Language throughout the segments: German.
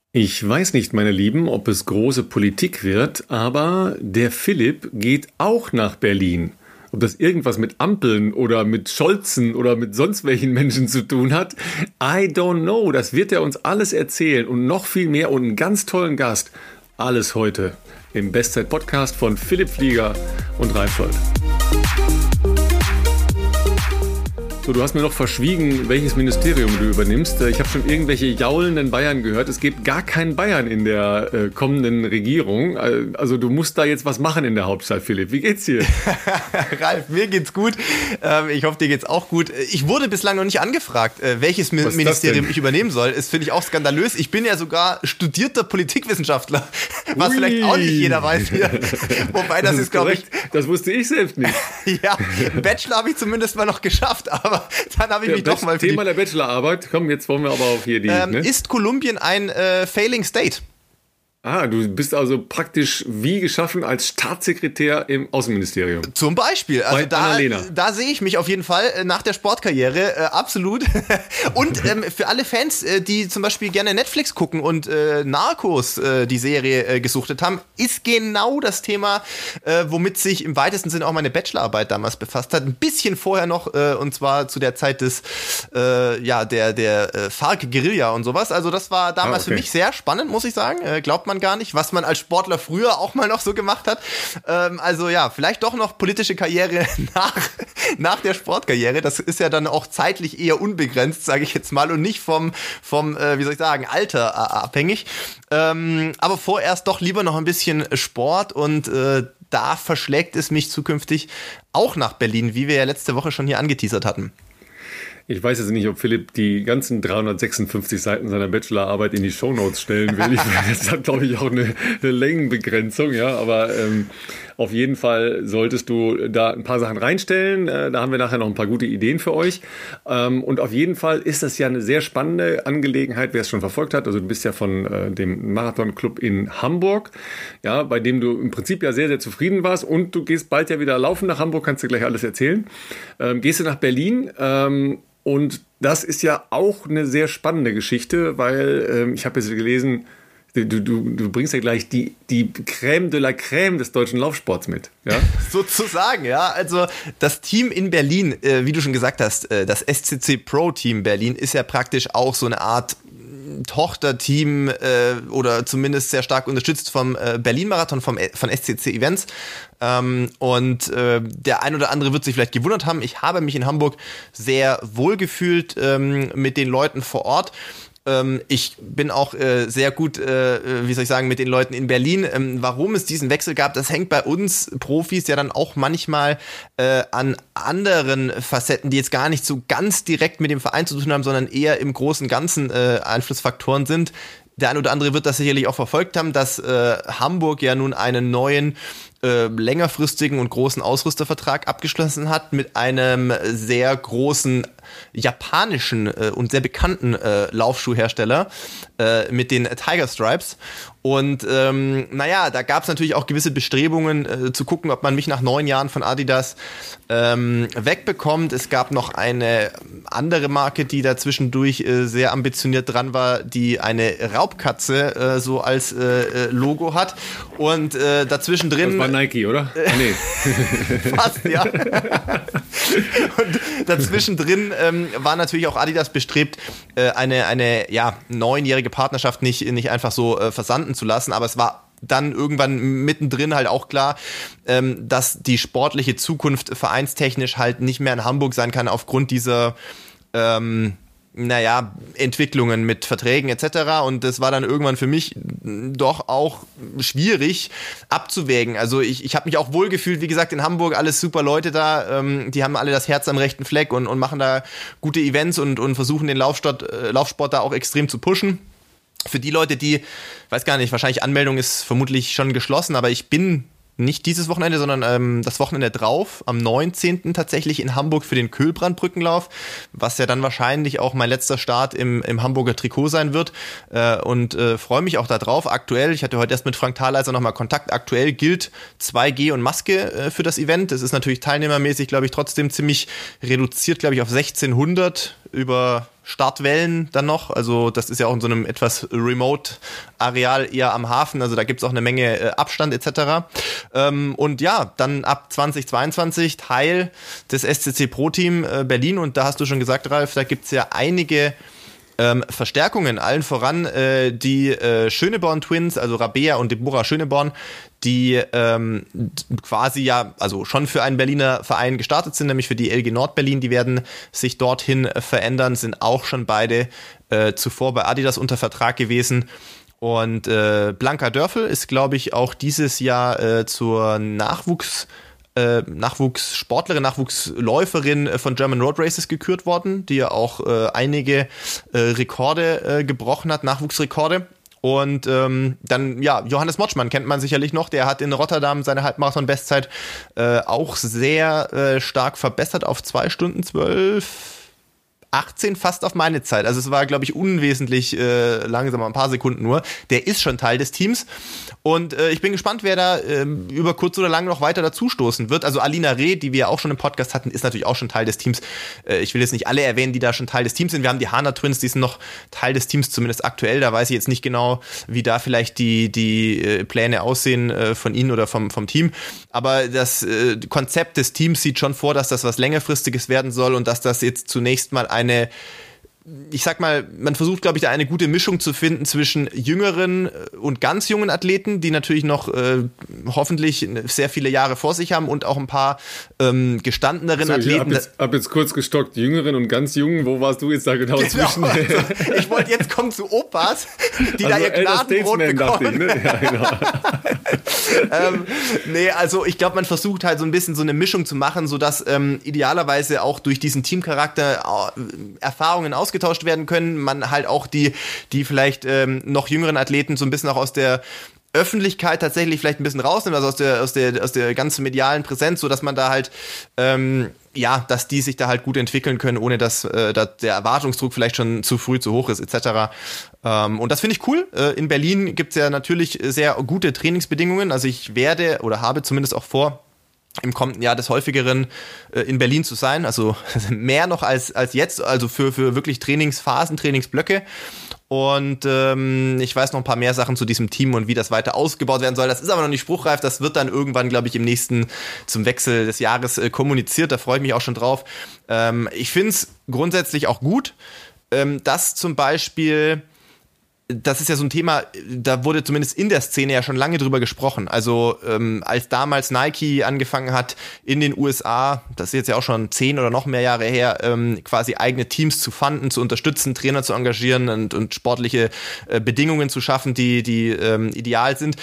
Ich weiß nicht, meine Lieben, ob es große Politik wird, aber der Philipp geht auch nach Berlin. Ob das irgendwas mit Ampeln oder mit Scholzen oder mit sonst welchen Menschen zu tun hat, I don't know. Das wird er uns alles erzählen und noch viel mehr und einen ganz tollen Gast. Alles heute im Bestzeit-Podcast von Philipp Flieger und Ralf Scholz. So, du hast mir noch verschwiegen, welches Ministerium du übernimmst. Ich habe schon irgendwelche jaulenden Bayern gehört. Es gibt gar keinen Bayern in der kommenden Regierung. Also du musst da jetzt was machen in der Hauptstadt, Philipp. Wie geht's dir? Ralf, mir geht's gut. Ich hoffe, dir geht's auch gut. Ich wurde bislang noch nicht angefragt, welches Ministerium ich übernehmen soll. Das finde ich auch skandalös. Ich bin ja sogar studierter Politikwissenschaftler, was vielleicht auch nicht jeder weiß hier. Wobei das ist glaube ich... Das wusste ich selbst nicht. Ja, einen Bachelor habe ich zumindest mal noch geschafft, aber dann habe ich mich doch mal... Thema der Bachelorarbeit, komm, jetzt wollen wir aber auch hier die... Ist Kolumbien ein Failing State? Ah, du bist also praktisch wie geschaffen als Staatssekretär im Außenministerium. Zum Beispiel. Also da sehe ich mich auf jeden Fall nach der Sportkarriere, absolut. Und für alle Fans, die zum Beispiel gerne Netflix gucken und Narcos, die Serie, gesuchtet haben, ist genau das Thema, womit sich im weitesten Sinne auch meine Bachelorarbeit damals befasst hat. Ein bisschen vorher noch, und zwar zu der Zeit des, der FARC-Guerilla und sowas. Also das war damals für mich sehr spannend, muss ich sagen. Glaubt man gar nicht, was man als Sportler früher auch mal noch so gemacht hat. Also ja, vielleicht doch noch politische Karriere nach der Sportkarriere. Das ist ja dann auch zeitlich eher unbegrenzt, sage ich jetzt mal, und nicht vom Alter abhängig. Aber vorerst doch lieber noch ein bisschen Sport und da verschlägt es mich zukünftig auch nach Berlin, wie wir ja letzte Woche schon hier angeteasert hatten. Ich weiß jetzt nicht, ob Philipp die ganzen 356 Seiten seiner Bachelorarbeit in die Shownotes stellen will. Das hat, glaube ich, auch eine Längenbegrenzung, ja. Aber auf jeden Fall solltest du da ein paar Sachen reinstellen. Da haben wir nachher noch ein paar gute Ideen für euch. Und auf jeden Fall ist das ja eine sehr spannende Angelegenheit, wer es schon verfolgt hat. Also du bist ja von dem Marathon-Club in Hamburg, ja, bei dem du im Prinzip ja sehr, sehr zufrieden warst. Und du gehst bald ja wieder laufen nach Hamburg, kannst du gleich alles erzählen. Gehst du nach Berlin, und das ist ja auch eine sehr spannende Geschichte, weil ich habe jetzt gelesen, du bringst ja gleich die Crème de la Crème des deutschen Laufsports mit. Ja? Sozusagen, ja. Also das Team in Berlin, wie du schon gesagt hast, das SCC Pro Team Berlin ist ja praktisch auch so eine Art Tochterteam oder zumindest sehr stark unterstützt vom Berlin-Marathon von SCC Events. Und der ein oder andere wird sich vielleicht gewundert haben, ich habe mich in Hamburg sehr wohl gefühlt mit den Leuten vor Ort. Ich bin auch sehr gut, mit den Leuten in Berlin. Warum es diesen Wechsel gab, das hängt bei uns Profis ja dann auch manchmal an anderen Facetten, die jetzt gar nicht so ganz direkt mit dem Verein zu tun haben, sondern eher im großen Ganzen Einflussfaktoren sind. Der ein oder andere wird das sicherlich auch verfolgt haben, dass Hamburg ja nun einen neuen längerfristigen und großen Ausrüstervertrag abgeschlossen hat mit einem sehr großen japanischen und sehr bekannten Laufschuhhersteller mit den Tiger Stripes. Und da gab es natürlich auch gewisse Bestrebungen zu gucken, ob man mich nach 9 Jahren von Adidas wegbekommt. Es gab noch eine andere Marke, die da zwischendurch sehr ambitioniert dran war, die eine Raubkatze so als Logo hat. Und dazwischen drin... Das war Nike, oder? Nee. Fast, ja. Und dazwischen drin war natürlich auch Adidas bestrebt, eine 9-jährige Partnerschaft nicht einfach so versanden zu lassen, aber es war dann irgendwann mittendrin halt auch klar, dass die sportliche Zukunft vereinstechnisch halt nicht mehr in Hamburg sein kann aufgrund dieser Entwicklungen mit Verträgen etc. Und das war dann irgendwann für mich doch auch schwierig abzuwägen. Also ich habe mich auch wohlgefühlt, wie gesagt, in Hamburg, alles super Leute da, die haben alle das Herz am rechten Fleck und machen da gute Events und versuchen den Laufsport da auch extrem zu pushen. Für die Leute, die, weiß gar nicht, wahrscheinlich Anmeldung ist vermutlich schon geschlossen, aber ich bin nicht dieses Wochenende, sondern das Wochenende drauf, am 19. tatsächlich in Hamburg für den Kühlbrandbrückenlauf, was ja dann wahrscheinlich auch mein letzter Start im Hamburger Trikot sein wird, und freue mich auch da drauf. Aktuell, ich hatte heute erst mit Frank Thaleiser nochmal Kontakt, aktuell gilt 2G und Maske für das Event. Das ist natürlich teilnehmermäßig, glaube ich, trotzdem ziemlich reduziert, glaube ich, auf 1600 über Startwellen dann noch. Also das ist ja auch in so einem etwas Remote-Areal eher am Hafen. Also da gibt es auch eine Menge Abstand etc. Und ja, dann ab 2022 Teil des SCC Pro-Team Berlin. Und da hast du schon gesagt, Ralf, da gibt es ja einige Verstärkungen, allen voran die Schöneborn Twins, also Rabea und Deborah Schöneborn, die quasi ja also schon für einen Berliner Verein gestartet sind, nämlich für die LG Nord-Berlin. Die werden sich dorthin verändern, sind auch schon beide zuvor bei Adidas unter Vertrag gewesen. Und Blanca Dörfel ist, glaube ich, auch dieses Jahr zur Nachwuchssportlerin, Nachwuchsläuferin von German Road Races gekürt worden, die ja auch einige Rekorde gebrochen hat, Nachwuchsrekorde. Und dann, ja, Johannes Motschmann kennt man sicherlich noch, der hat in Rotterdam seine Halbmarathon-Bestzeit auch sehr stark verbessert auf 2 Stunden 12:18, fast auf meine Zeit. Also es war, glaube ich, unwesentlich langsamer, ein paar Sekunden nur. Der ist schon Teil des Teams. Und ich bin gespannt, wer da über kurz oder lang noch weiter dazustoßen wird. Also Alina Reh, die wir auch schon im Podcast hatten, ist natürlich auch schon Teil des Teams. Ich will jetzt nicht alle erwähnen, die da schon Teil des Teams sind. Wir haben die Hana Twins, die sind noch Teil des Teams, zumindest aktuell. Da weiß ich jetzt nicht genau, wie da vielleicht die Pläne aussehen von ihnen oder vom Team. Aber das Konzept des Teams sieht schon vor, dass das was längerfristiges werden soll und dass das jetzt zunächst mal ich sag mal, man versucht, glaube ich, da eine gute Mischung zu finden zwischen jüngeren und ganz jungen Athleten, die natürlich noch hoffentlich sehr viele Jahre vor sich haben und auch ein paar gestandeneren Athleten. Ich hab jetzt kurz gestockt, jüngeren und ganz jungen, wo warst du jetzt da genau zwischen? Also, ich wollte jetzt kommen zu Opas, die also da ihr Gnadenbrot bekommen. Ich, ne? Ja, genau. Nee, also ich glaube, man versucht halt so ein bisschen so eine Mischung zu machen, sodass idealerweise auch durch diesen Teamcharakter Erfahrungen ausgetauscht werden können. Man halt auch die vielleicht noch jüngeren Athleten so ein bisschen auch aus der Öffentlichkeit tatsächlich vielleicht ein bisschen rausnimmt, also aus der ganzen medialen Präsenz, so dass man da halt dass die sich da halt gut entwickeln können, ohne dass der Erwartungsdruck vielleicht schon zu früh zu hoch ist, etc. Und das finde ich cool. In Berlin gibt es ja natürlich sehr gute Trainingsbedingungen. Also ich werde oder habe zumindest auch vor, im kommenden Jahr des häufigeren in Berlin zu sein, also mehr noch als jetzt, also für wirklich Trainingsphasen, Trainingsblöcke. Und ich weiß noch ein paar mehr Sachen zu diesem Team und wie das weiter ausgebaut werden soll. Das ist aber noch nicht spruchreif. Das wird dann irgendwann, glaube ich, zum Wechsel des Jahres kommuniziert. Da freue ich mich auch schon drauf. Ich finde es grundsätzlich auch gut, dass zum Beispiel, das ist ja so ein Thema, da wurde zumindest in der Szene ja schon lange drüber gesprochen. Also als damals Nike angefangen hat, in den USA, das ist jetzt ja auch schon 10 oder noch mehr Jahre her, quasi eigene Teams zu funden, zu unterstützen, Trainer zu engagieren und sportliche Bedingungen zu schaffen, die ideal sind,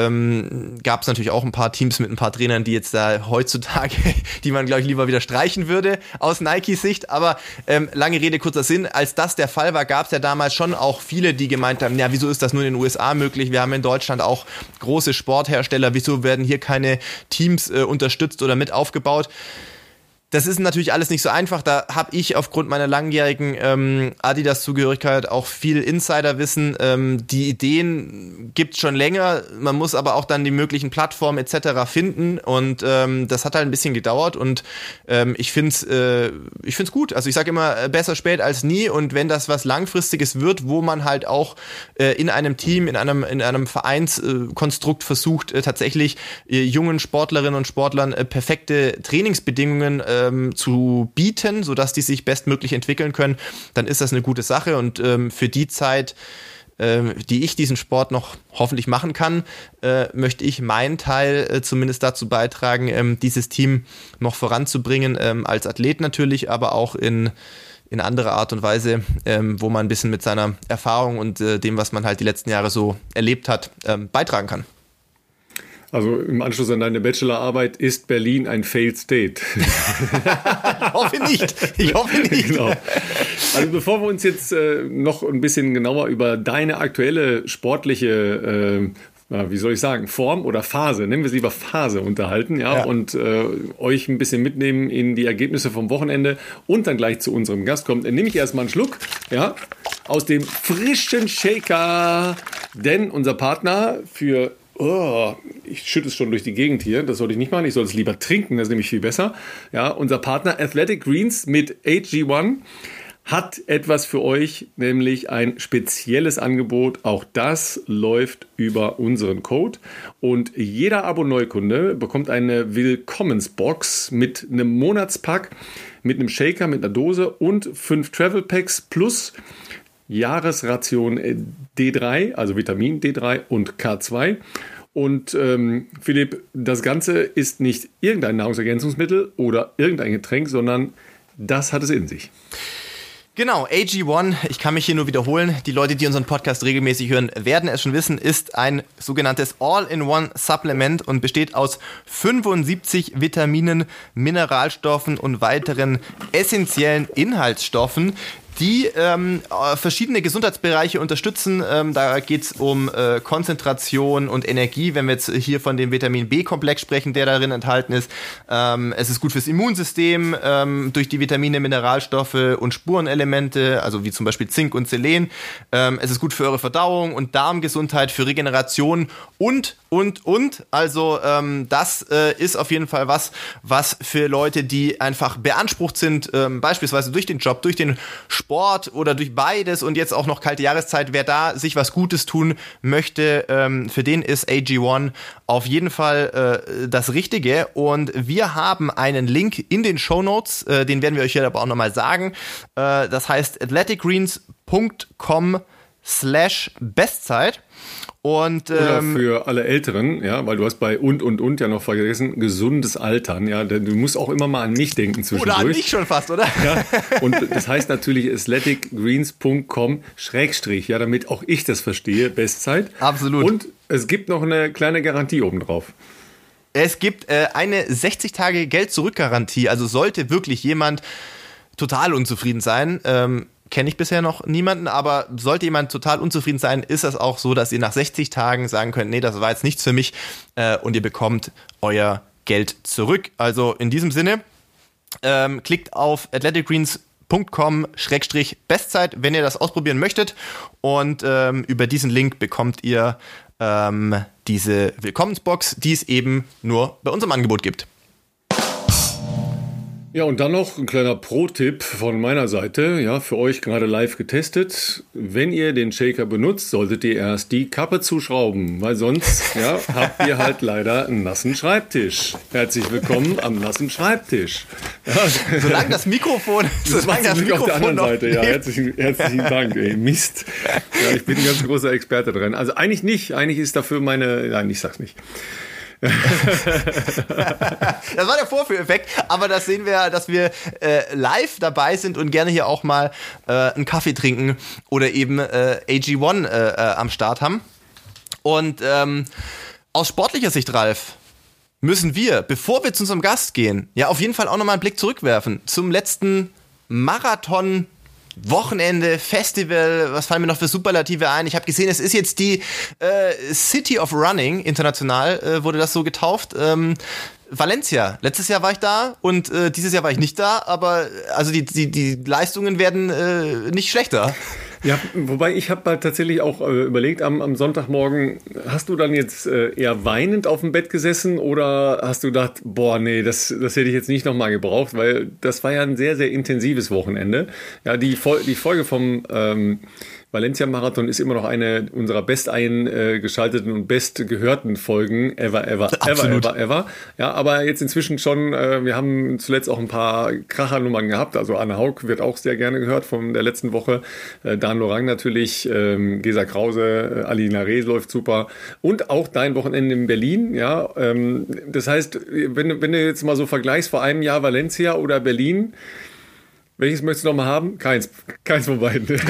gab es natürlich auch ein paar Teams mit ein paar Trainern, die jetzt da heutzutage, die man, glaube ich, lieber wieder streichen würde aus Nikes Sicht. Aber lange Rede, kurzer Sinn, als das der Fall war, gab es ja damals schon auch viele, die gemeint haben, ja, wieso ist das nur in den USA möglich? Wir haben in Deutschland auch große Sporthersteller, wieso werden hier keine Teams unterstützt oder mit aufgebaut? Das ist natürlich alles nicht so einfach. Da habe ich aufgrund meiner langjährigen Adidas-Zugehörigkeit auch viel Insiderwissen. Die Ideen gibt's schon länger. Man muss aber auch dann die möglichen Plattformen etc. finden. Und das hat halt ein bisschen gedauert. Und ich find's gut. Also ich sage immer, besser spät als nie. Und wenn das was Langfristiges wird, wo man halt auch in einem Team, in einem Vereinskonstrukt versucht, tatsächlich jungen Sportlerinnen und Sportlern perfekte Trainingsbedingungen zu bieten, sodass die sich bestmöglich entwickeln können, dann ist das eine gute Sache. Und für die Zeit, die ich diesen Sport noch hoffentlich machen kann, möchte ich meinen Teil zumindest dazu beitragen, dieses Team noch voranzubringen, als Athlet natürlich, aber auch in anderer Art und Weise, wo man ein bisschen mit seiner Erfahrung und dem, was man halt die letzten Jahre so erlebt hat, beitragen kann. Also im Anschluss an deine Bachelorarbeit, ist Berlin ein Failed State? Ich hoffe nicht. Genau. Also bevor wir uns jetzt noch ein bisschen genauer über deine aktuelle sportliche Form oder Phase, nennen wir es lieber Phase, unterhalten, ja. Und euch ein bisschen mitnehmen in die Ergebnisse vom Wochenende und dann gleich zu unserem Gast kommt, nehme ich erstmal einen Schluck, ja, aus dem frischen Shaker, denn unser Partner für ich schütte es schon durch die Gegend hier. Das sollte ich nicht machen. Ich soll es lieber trinken. Das ist nämlich viel besser. Ja, unser Partner Athletic Greens mit AG1 hat etwas für euch, nämlich ein spezielles Angebot. Auch das läuft über unseren Code. Und jeder Abo-Neukunde bekommt eine Willkommensbox mit einem Monatspack, mit einem Shaker, mit einer Dose und 5 Travel Packs plus Jahresration D3, also Vitamin D3 und K2. Und Philipp, das Ganze ist nicht irgendein Nahrungsergänzungsmittel oder irgendein Getränk, sondern das hat es in sich. Genau, AG1, ich kann mich hier nur wiederholen, die Leute, die unseren Podcast regelmäßig hören, werden es schon wissen, ist ein sogenanntes All-in-One-Supplement und besteht aus 75 Vitaminen, Mineralstoffen und weiteren essentiellen Inhaltsstoffen, die verschiedene Gesundheitsbereiche unterstützen. Da geht es um Konzentration und Energie, wenn wir jetzt hier von dem Vitamin B-Komplex sprechen, der darin enthalten ist. Es ist gut fürs Immunsystem durch die Vitamine, Mineralstoffe und Spurenelemente, also wie zum Beispiel Zink und Selen. Es ist gut für eure Verdauung und Darmgesundheit, für Regeneration und. Also das ist auf jeden Fall was für Leute, die einfach beansprucht sind, beispielsweise durch den Job, durch den Sport oder durch beides und jetzt auch noch kalte Jahreszeit. Wer da sich was Gutes tun möchte, für den ist AG1 auf jeden Fall das Richtige. Und wir haben einen Link in den Shownotes, den werden wir euch hier aber auch nochmal sagen. Das heißt athleticgreens.com/Bestzeit. Und, oder für alle Älteren, ja, weil du hast bei und ja noch vergessen, gesundes Altern, ja, du musst auch immer mal an mich denken zwischendurch. Oder an mich schon fast, oder? Ja, und das heißt natürlich athleticgreens.com/, ja, damit auch ich das verstehe, Bestzeit. Absolut. Und es gibt noch eine kleine Garantie obendrauf. Es gibt eine 60-Tage-Geld-Zurück-Garantie, also sollte wirklich jemand total unzufrieden sein, kenne ich bisher noch niemanden, aber sollte jemand total unzufrieden sein, ist das auch so, dass ihr nach 60 Tagen sagen könnt, nee, das war jetzt nichts für mich und ihr bekommt euer Geld zurück. Also in diesem Sinne, klickt auf athleticgreens.com/Bestzeit, wenn ihr das ausprobieren möchtet und über diesen Link bekommt ihr diese Willkommensbox, die es eben nur bei uns im Angebot gibt. Ja, und dann noch ein kleiner Pro-Tipp von meiner Seite, ja, für euch gerade live getestet. Wenn ihr den Shaker benutzt, solltet ihr erst die Kappe zuschrauben, weil sonst, ja, habt ihr halt leider einen nassen Schreibtisch. Herzlich willkommen am nassen Schreibtisch. Ja. Solange das Mikrofon, das auf der anderen Seite, ja, herzlichen Dank, ey, Mist. Ja, ich bin ein ganz großer Experte drin. Also eigentlich nicht, eigentlich ist dafür nein, ich sag's nicht. Das war der Vorführeffekt, aber das sehen wir, dass wir live dabei sind und gerne hier auch mal einen Kaffee trinken oder eben AG1 am Start haben. Und aus sportlicher Sicht, Ralf, müssen wir, bevor wir zu unserem Gast gehen, ja auf jeden Fall auch nochmal einen Blick zurückwerfen zum letzten Marathon Wochenende, Festival, was fallen mir noch für Superlative ein? Ich habe gesehen, es ist jetzt die City of Running, international wurde das so getauft. Valencia, letztes Jahr war ich da und dieses Jahr war ich nicht da, aber also die Leistungen werden nicht schlechter. Ja, wobei ich habe halt tatsächlich auch überlegt, am Sonntagmorgen, hast du dann jetzt eher weinend auf dem Bett gesessen oder hast du gedacht, boah, nee, das hätte ich jetzt nicht nochmal gebraucht, weil das war ja ein sehr, sehr intensives Wochenende. Ja, die Folge vom Valencia-Marathon ist immer noch eine unserer best eingeschalteten und best gehörten Folgen ever. Ja, aber jetzt inzwischen schon, wir haben zuletzt auch ein paar Krachernummern gehabt. Also Anne Haug wird auch sehr gerne gehört von der letzten Woche. Dan Lorang natürlich, Gesa Krause, Alina Rees läuft super. Und auch dein Wochenende in Berlin. Ja, das heißt, wenn du jetzt mal so vergleichst vor einem Jahr Valencia oder Berlin, welches möchtest du noch mal haben? Keins von beiden. Das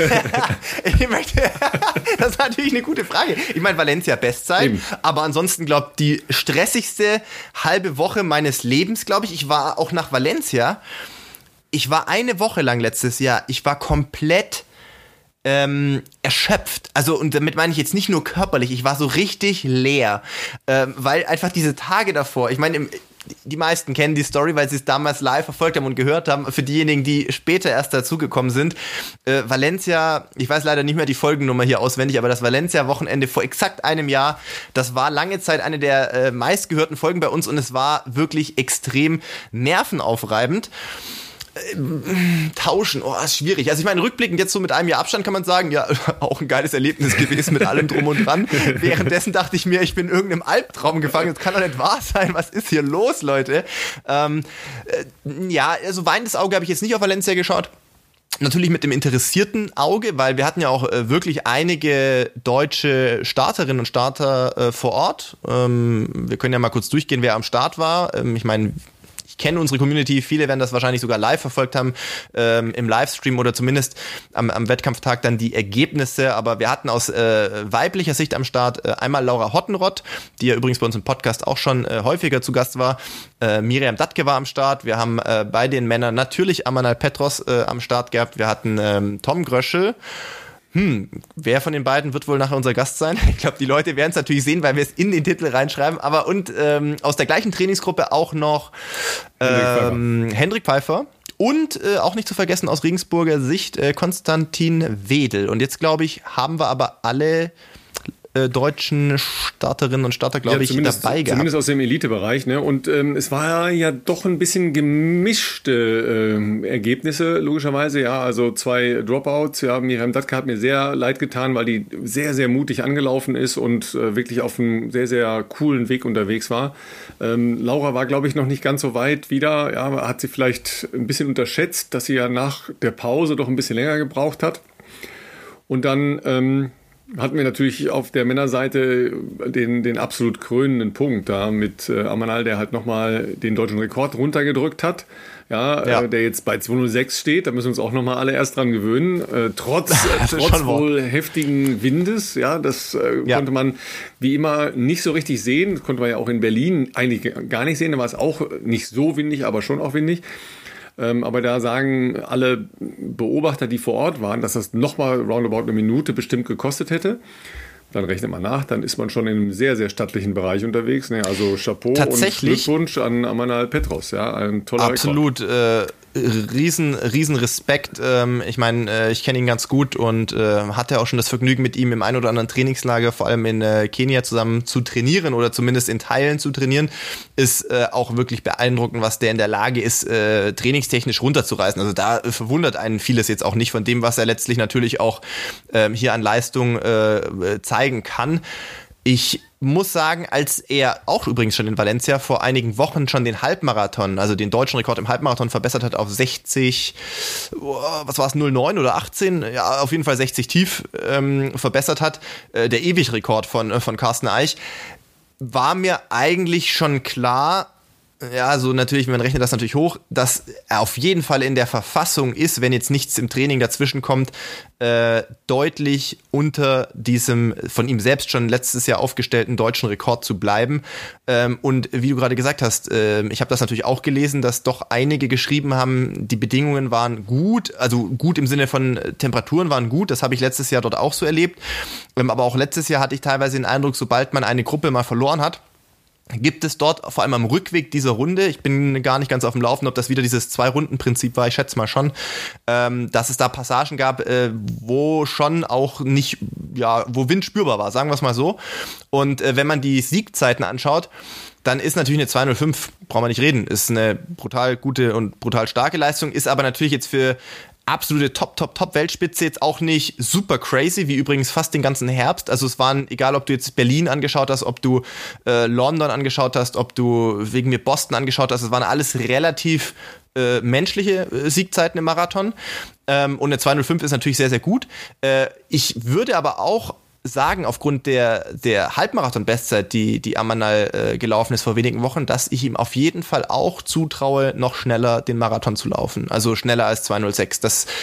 ist natürlich eine gute Frage. Ich meine, Valencia Bestzeit, aber ansonsten, glaube ich, die stressigste halbe Woche meines Lebens, glaube ich. Ich war auch nach Valencia. Ich war eine Woche lang letztes Jahr, ich war komplett erschöpft. Also, und damit meine ich jetzt nicht nur körperlich, ich war so richtig leer. Weil einfach diese Tage davor, ich meine, die meisten kennen die Story, weil sie es damals live verfolgt haben und gehört haben. Für diejenigen, die später erst dazugekommen sind, Valencia, ich weiß leider nicht mehr die Folgennummer hier auswendig, aber das Valencia-Wochenende vor exakt einem Jahr, das war lange Zeit eine der meistgehörten Folgen bei uns und es war wirklich extrem nervenaufreibend. Tauschen, ist schwierig. Also ich meine, rückblickend jetzt so mit einem Jahr Abstand kann man sagen, ja, auch ein geiles Erlebnis gewesen mit allem drum und dran. Währenddessen dachte ich mir, ich bin in irgendeinem Albtraum gefangen. Das kann doch nicht wahr sein. Was ist hier los, Leute? Ja, also weinendes Auge habe ich jetzt nicht auf Valencia geschaut. Natürlich mit dem interessierten Auge, weil wir hatten ja auch wirklich einige deutsche Starterinnen und Starter vor Ort. Wir können ja mal kurz durchgehen, wer am Start war. Ich meine, ich kenne unsere Community, viele werden das wahrscheinlich sogar live verfolgt haben, im Livestream oder zumindest am Wettkampftag dann die Ergebnisse, aber wir hatten aus weiblicher Sicht am Start einmal Laura Hottenrott, die ja übrigens bei uns im Podcast auch schon häufiger zu Gast war, Miriam Dattke war am Start, wir haben bei den Männern natürlich Amanal Petros am Start gehabt, wir hatten Tom Gröschel. Wer von den beiden wird wohl nachher unser Gast sein? Ich glaube, die Leute werden es natürlich sehen, weil wir es in den Titel reinschreiben. Aber aus der gleichen Trainingsgruppe auch noch Hendrik Pfeiffer. Und auch nicht zu vergessen aus Regensburger Sicht Konstantin Wedel. Und jetzt, glaube ich, haben wir aber alle deutschen Starterinnen und Starter, glaube ich, dabei gehabt. Zumindest aus dem Elitebereich. Ne? Und es war ja doch ein bisschen gemischte Ergebnisse, logischerweise. Ja, also 2 Dropouts. Ja, Miriam Dattke hat mir sehr leid getan, weil die sehr, sehr mutig angelaufen ist und wirklich auf einem sehr, sehr coolen Weg unterwegs war. Laura war, glaube ich, noch nicht ganz so weit wieder. Ja, hat sie vielleicht ein bisschen unterschätzt, dass sie ja nach der Pause doch ein bisschen länger gebraucht hat. Und dann hatten wir natürlich auf der Männerseite den absolut krönenden Punkt da mit Amanal, der halt nochmal den deutschen Rekord runtergedrückt hat. Ja. Der jetzt bei 206 steht, da müssen wir uns auch nochmal alle erst dran gewöhnen. Trotz wohl heftigen Windes, ja, das konnte man wie immer nicht so richtig sehen. Das konnte man ja auch in Berlin eigentlich gar nicht sehen, da war es auch nicht so windig, aber schon auch windig. Aber da sagen alle Beobachter, die vor Ort waren, dass das nochmal roundabout eine Minute bestimmt gekostet hätte. Dann rechnet man nach, dann ist man schon in einem sehr, sehr stattlichen Bereich unterwegs. Ne? Also Chapeau und Glückwunsch an Amanal Petros. Ja? Ein toller Absolut. Riesen Respekt. Ich meine, ich kenne ihn ganz gut und hatte auch schon das Vergnügen, mit ihm im ein oder anderen Trainingslager, vor allem in Kenia, zusammen zu trainieren oder zumindest in Teilen zu trainieren. Ist auch wirklich beeindruckend, was der in der Lage ist, trainingstechnisch runterzureißen. Also da verwundert einen vieles jetzt auch nicht von dem, was er letztlich natürlich auch hier an Leistung zeigen kann. Ich muss sagen, als er auch übrigens schon in Valencia vor einigen Wochen schon den Halbmarathon, also den deutschen Rekord im Halbmarathon verbessert hat auf 60, was war es, 09 oder 18? Ja, auf jeden Fall 60 tief verbessert hat. Der Ewigrekord von Carsten Eich. War mir eigentlich schon klar, ja, so natürlich, man rechnet das natürlich hoch, dass er auf jeden Fall in der Verfassung ist, wenn jetzt nichts im Training dazwischen kommt, deutlich unter diesem von ihm selbst schon letztes Jahr aufgestellten deutschen Rekord zu bleiben. Und wie du gerade gesagt hast, ich habe das natürlich auch gelesen, dass doch einige geschrieben haben, die Bedingungen waren gut, also gut im Sinne von Temperaturen waren gut, das habe ich letztes Jahr dort auch so erlebt. Aber auch letztes Jahr hatte ich teilweise den Eindruck, sobald man eine Gruppe mal verloren hat, gibt es dort vor allem am Rückweg dieser Runde, ich bin gar nicht ganz auf dem Laufen, ob das wieder dieses 2-Runden-Prinzip war, ich schätze mal schon, dass es da Passagen gab, wo schon auch nicht, ja, wo Wind spürbar war, sagen wir es mal so. Und wenn man die Siegzeiten anschaut, dann ist natürlich eine 2:05, brauchen wir nicht reden, ist eine brutal gute und brutal starke Leistung, ist aber natürlich jetzt für absolute Top-Weltspitze jetzt auch nicht super crazy, wie übrigens fast den ganzen Herbst. Also es waren, egal ob du jetzt Berlin angeschaut hast, ob du London angeschaut hast, ob du wegen mir Boston angeschaut hast, es waren alles relativ menschliche Siegzeiten im Marathon. Und eine 2:05 ist natürlich sehr, sehr gut. Ich würde aber auch sagen, aufgrund der Halbmarathon-Bestzeit, die Amanal gelaufen ist vor wenigen Wochen, dass ich ihm auf jeden Fall auch zutraue, noch schneller den Marathon zu laufen. Also schneller als 2:06.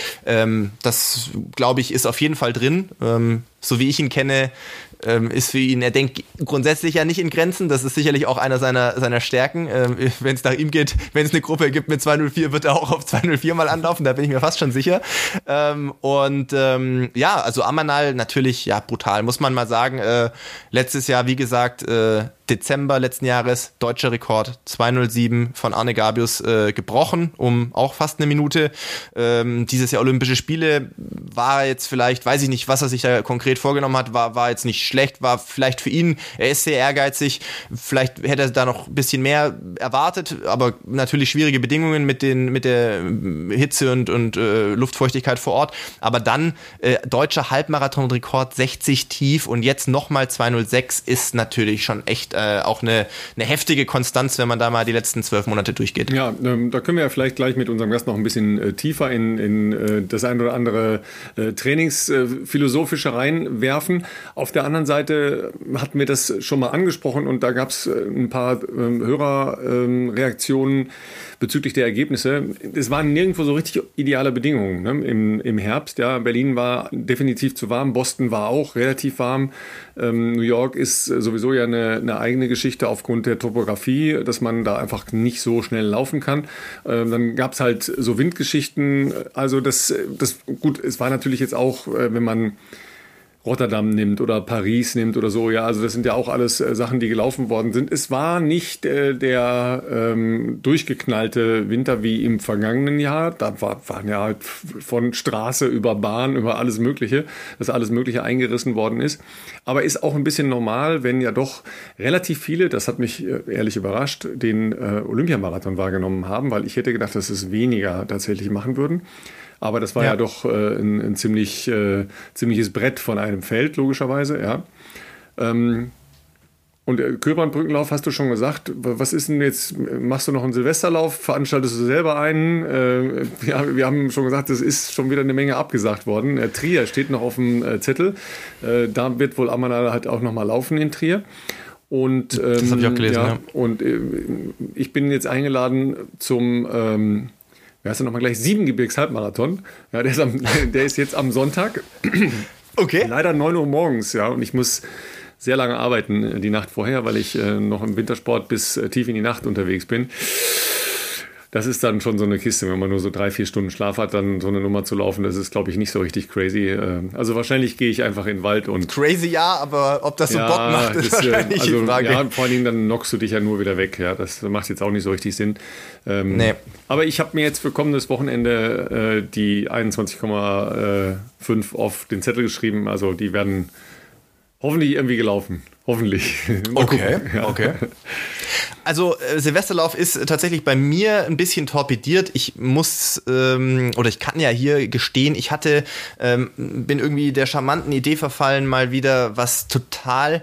Das glaube ich, ist auf jeden Fall drin. So wie ich ihn kenne, ist für ihn, er denkt grundsätzlich ja nicht in Grenzen, das ist sicherlich auch einer seiner Stärken. Wenn es nach ihm geht, wenn es eine Gruppe gibt mit 2:04, wird er auch auf 2:04 mal anlaufen, da bin ich mir fast schon sicher. Ja, also Amanal natürlich, ja, brutal, muss man mal sagen. Letztes Jahr, wie gesagt, Dezember letzten Jahres, deutscher Rekord, 2:07 von Arne Gabius gebrochen, um auch fast eine Minute. Dieses Jahr Olympische Spiele war jetzt vielleicht, weiß ich nicht, was er sich da konkret vorgenommen hat, war jetzt nicht schlecht, war vielleicht für ihn, er ist sehr ehrgeizig, vielleicht hätte er da noch ein bisschen mehr erwartet, aber natürlich schwierige Bedingungen mit der Hitze und Luftfeuchtigkeit vor Ort, aber dann deutscher Halbmarathon-Rekord, 60 tief und jetzt nochmal 2:06 ist natürlich schon echt auch eine heftige Konstanz, wenn man da mal die letzten 12 Monate durchgeht. Ja, da können wir ja vielleicht gleich mit unserem Gast noch ein bisschen tiefer in das ein oder andere Trainingsphilosophische reinwerfen. Auf der anderen Seite hatten wir das schon mal angesprochen und da gab es ein paar Hörerreaktionen bezüglich der Ergebnisse. Es waren nirgendwo so richtig ideale Bedingungen, ne? Im Herbst. Ja, Berlin war definitiv zu warm, Boston war auch relativ warm. New York ist sowieso ja eine eigene Geschichte aufgrund der Topografie, dass man da einfach nicht so schnell laufen kann. Dann gab es halt so Windgeschichten. Also das gut, es war natürlich jetzt auch, wenn man Rotterdam nimmt oder Paris nimmt oder so, ja, also das sind ja auch alles Sachen, die gelaufen worden sind. Es war nicht der durchgeknallte Winter wie im vergangenen Jahr. Da waren ja halt von Straße über Bahn, über alles Mögliche, dass alles Mögliche eingerissen worden ist. Aber ist auch ein bisschen normal, wenn ja doch relativ viele, das hat mich ehrlich überrascht, den Olympiamarathon wahrgenommen haben, weil ich hätte gedacht, dass es weniger tatsächlich machen würden. Aber das war ja doch ein ziemliches Brett von einem Feld, logischerweise, ja. Und Köbrandbrückenlauf hast du schon gesagt. Was ist denn jetzt? Machst du noch einen Silvesterlauf? Veranstaltest du selber einen? Ja, wir haben schon gesagt, es ist schon wieder eine Menge abgesagt worden. Trier steht noch auf dem Zettel. Da wird wohl Amanal halt auch noch mal laufen in Trier. Und, das habe ich auch gelesen, ja. Und ich bin jetzt eingeladen zum... Wie heißt du nochmal gleich? Siebengebirgs-Halbmarathon. Ja, der ist jetzt am Sonntag. Okay. Leider 9 Uhr morgens, ja. Und ich muss sehr lange arbeiten die Nacht vorher, weil ich noch im Wintersport bis tief in die Nacht unterwegs bin. Das ist dann schon so eine Kiste, wenn man nur so 3-4 Stunden Schlaf hat, dann so eine Nummer zu laufen, das ist, glaube ich, nicht so richtig crazy. Also wahrscheinlich gehe ich einfach in den Wald und... Crazy ja, aber ob das so Bock macht, ist wahrscheinlich die Frage. Ja, vor allen Dingen dann knockst du dich ja nur wieder weg. Ja, das macht jetzt auch nicht so richtig Sinn. Nee. Aber ich habe mir jetzt für kommendes Wochenende die 21,5 auf den Zettel geschrieben. Also die werden hoffentlich irgendwie gelaufen. Hoffentlich. Okay, ja. Okay. Also Silvesterlauf ist tatsächlich bei mir ein bisschen torpediert. Ich muss, oder ich kann ja hier gestehen, ich bin irgendwie der charmanten Idee verfallen, mal wieder was total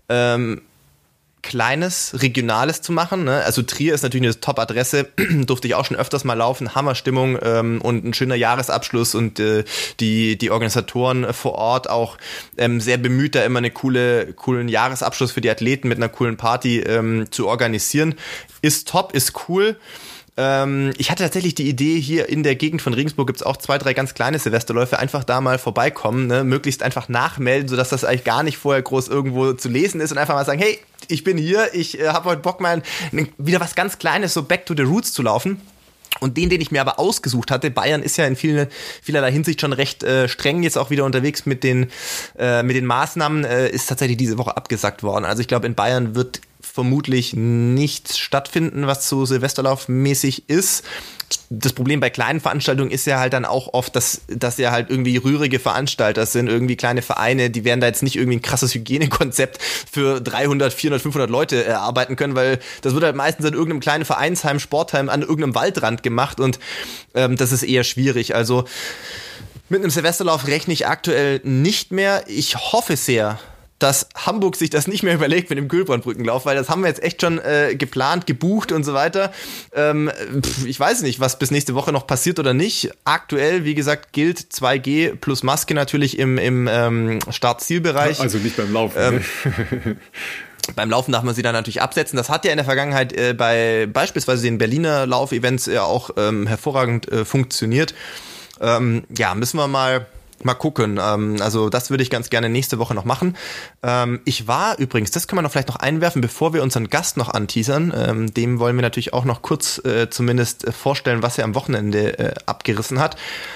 Kleines, Regionales zu machen. Ne? Also Trier ist natürlich eine Top-Adresse, durfte ich auch schon öfters mal laufen, Hammerstimmung und ein schöner Jahresabschluss und die Organisatoren vor Ort auch sehr bemüht, da immer einen coolen Jahresabschluss für die Athleten mit einer coolen Party zu organisieren. Ist top, ist cool. Ich hatte tatsächlich die Idee, hier in der Gegend von Regensburg gibt's auch 2, 3 ganz kleine Silvesterläufe, einfach da mal vorbeikommen, ne? Möglichst einfach nachmelden, sodass das eigentlich gar nicht vorher groß irgendwo zu lesen ist und einfach mal sagen, hey, ich bin hier, ich habe heute Bock mal wieder was ganz Kleines, so back to the roots zu laufen. Und den ich mir aber ausgesucht hatte, Bayern ist ja in vielerlei Hinsicht schon recht streng jetzt auch wieder unterwegs mit den Maßnahmen, ist tatsächlich diese Woche abgesagt worden. Also ich glaube, in Bayern wird vermutlich nichts stattfinden, was so Silvesterlauf-mäßig ist. Das Problem bei kleinen Veranstaltungen ist ja halt dann auch oft, dass ja halt irgendwie rührige Veranstalter sind, irgendwie kleine Vereine, die werden da jetzt nicht irgendwie ein krasses Hygienekonzept für 300, 400, 500 Leute erarbeiten können, weil das wird halt meistens in irgendeinem kleinen Vereinsheim, Sportheim an irgendeinem Waldrand gemacht und das ist eher schwierig. Also mit einem Silvesterlauf rechne ich aktuell nicht mehr. Ich hoffe sehr, dass Hamburg sich das nicht mehr überlegt mit dem Kühlbrandbrückenlauf, weil das haben wir jetzt echt schon geplant, gebucht und so weiter. Ich weiß nicht, was bis nächste Woche noch passiert oder nicht. Aktuell, wie gesagt, gilt 2G plus Maske natürlich im Start-Ziel-Bereich. Also nicht beim Laufen. Beim Laufen darf man sie dann natürlich absetzen. Das hat ja in der Vergangenheit bei beispielsweise den Berliner Laufevents ja auch hervorragend funktioniert. Müssen wir mal gucken. Also das würde ich ganz gerne nächste Woche noch machen. Ich war übrigens, das können wir noch vielleicht noch einwerfen, bevor wir unseren Gast noch anteasern. Dem wollen wir natürlich auch noch kurz zumindest vorstellen, was er am Wochenende abgerissen hat.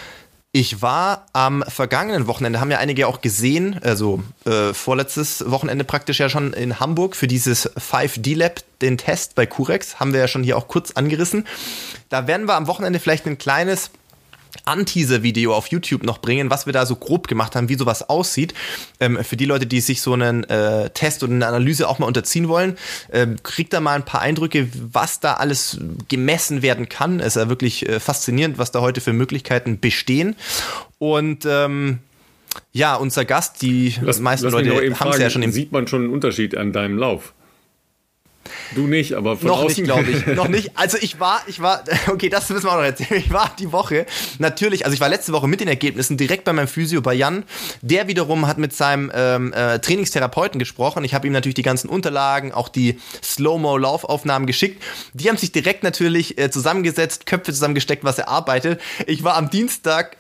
Ich war am vergangenen Wochenende, haben ja einige auch gesehen, also vorletztes Wochenende praktisch ja schon in Hamburg für dieses 5D-Lab, den Test bei Curex, haben wir ja schon hier auch kurz angerissen. Da werden wir am Wochenende vielleicht ein kleines Anteaser-Video auf YouTube noch bringen, was wir da so grob gemacht haben, wie sowas aussieht. Für die Leute, die sich so einen Test oder eine Analyse auch mal unterziehen wollen, kriegt da mal ein paar Eindrücke, was da alles gemessen werden kann. Es ist ja wirklich faszinierend, was da heute für Möglichkeiten bestehen. Und ja, unser Gast, die meisten Leute haben es ja schon sieht man schon einen Unterschied an deinem Lauf? Du nicht, aber von noch außen. Nicht, glaube ich. Noch nicht. Also ich war, okay, das müssen wir auch noch erzählen. Ich war die Woche, natürlich, also ich war letzte Woche mit den Ergebnissen direkt bei meinem Physio, bei Jan. Der wiederum hat mit seinem Trainingstherapeuten gesprochen. Ich habe ihm natürlich die ganzen Unterlagen, auch die Slow-Mo-Laufaufnahmen geschickt. Die haben sich direkt natürlich zusammengesetzt, Köpfe zusammengesteckt, was er arbeitet. Ich war am Dienstag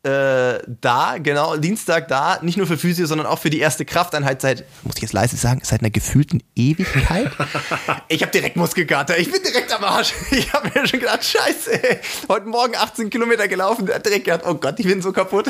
Dienstag da, nicht nur für Physio, sondern auch für die erste Krafteinheit muss ich jetzt leise sagen, seit einer gefühlten Ewigkeit. Ich habe direkt Muskelkater, ich bin direkt am Arsch. Ich habe mir schon gedacht, scheiße, heute Morgen 18 Kilometer gelaufen, direkt gedacht, oh Gott, ich bin so kaputt.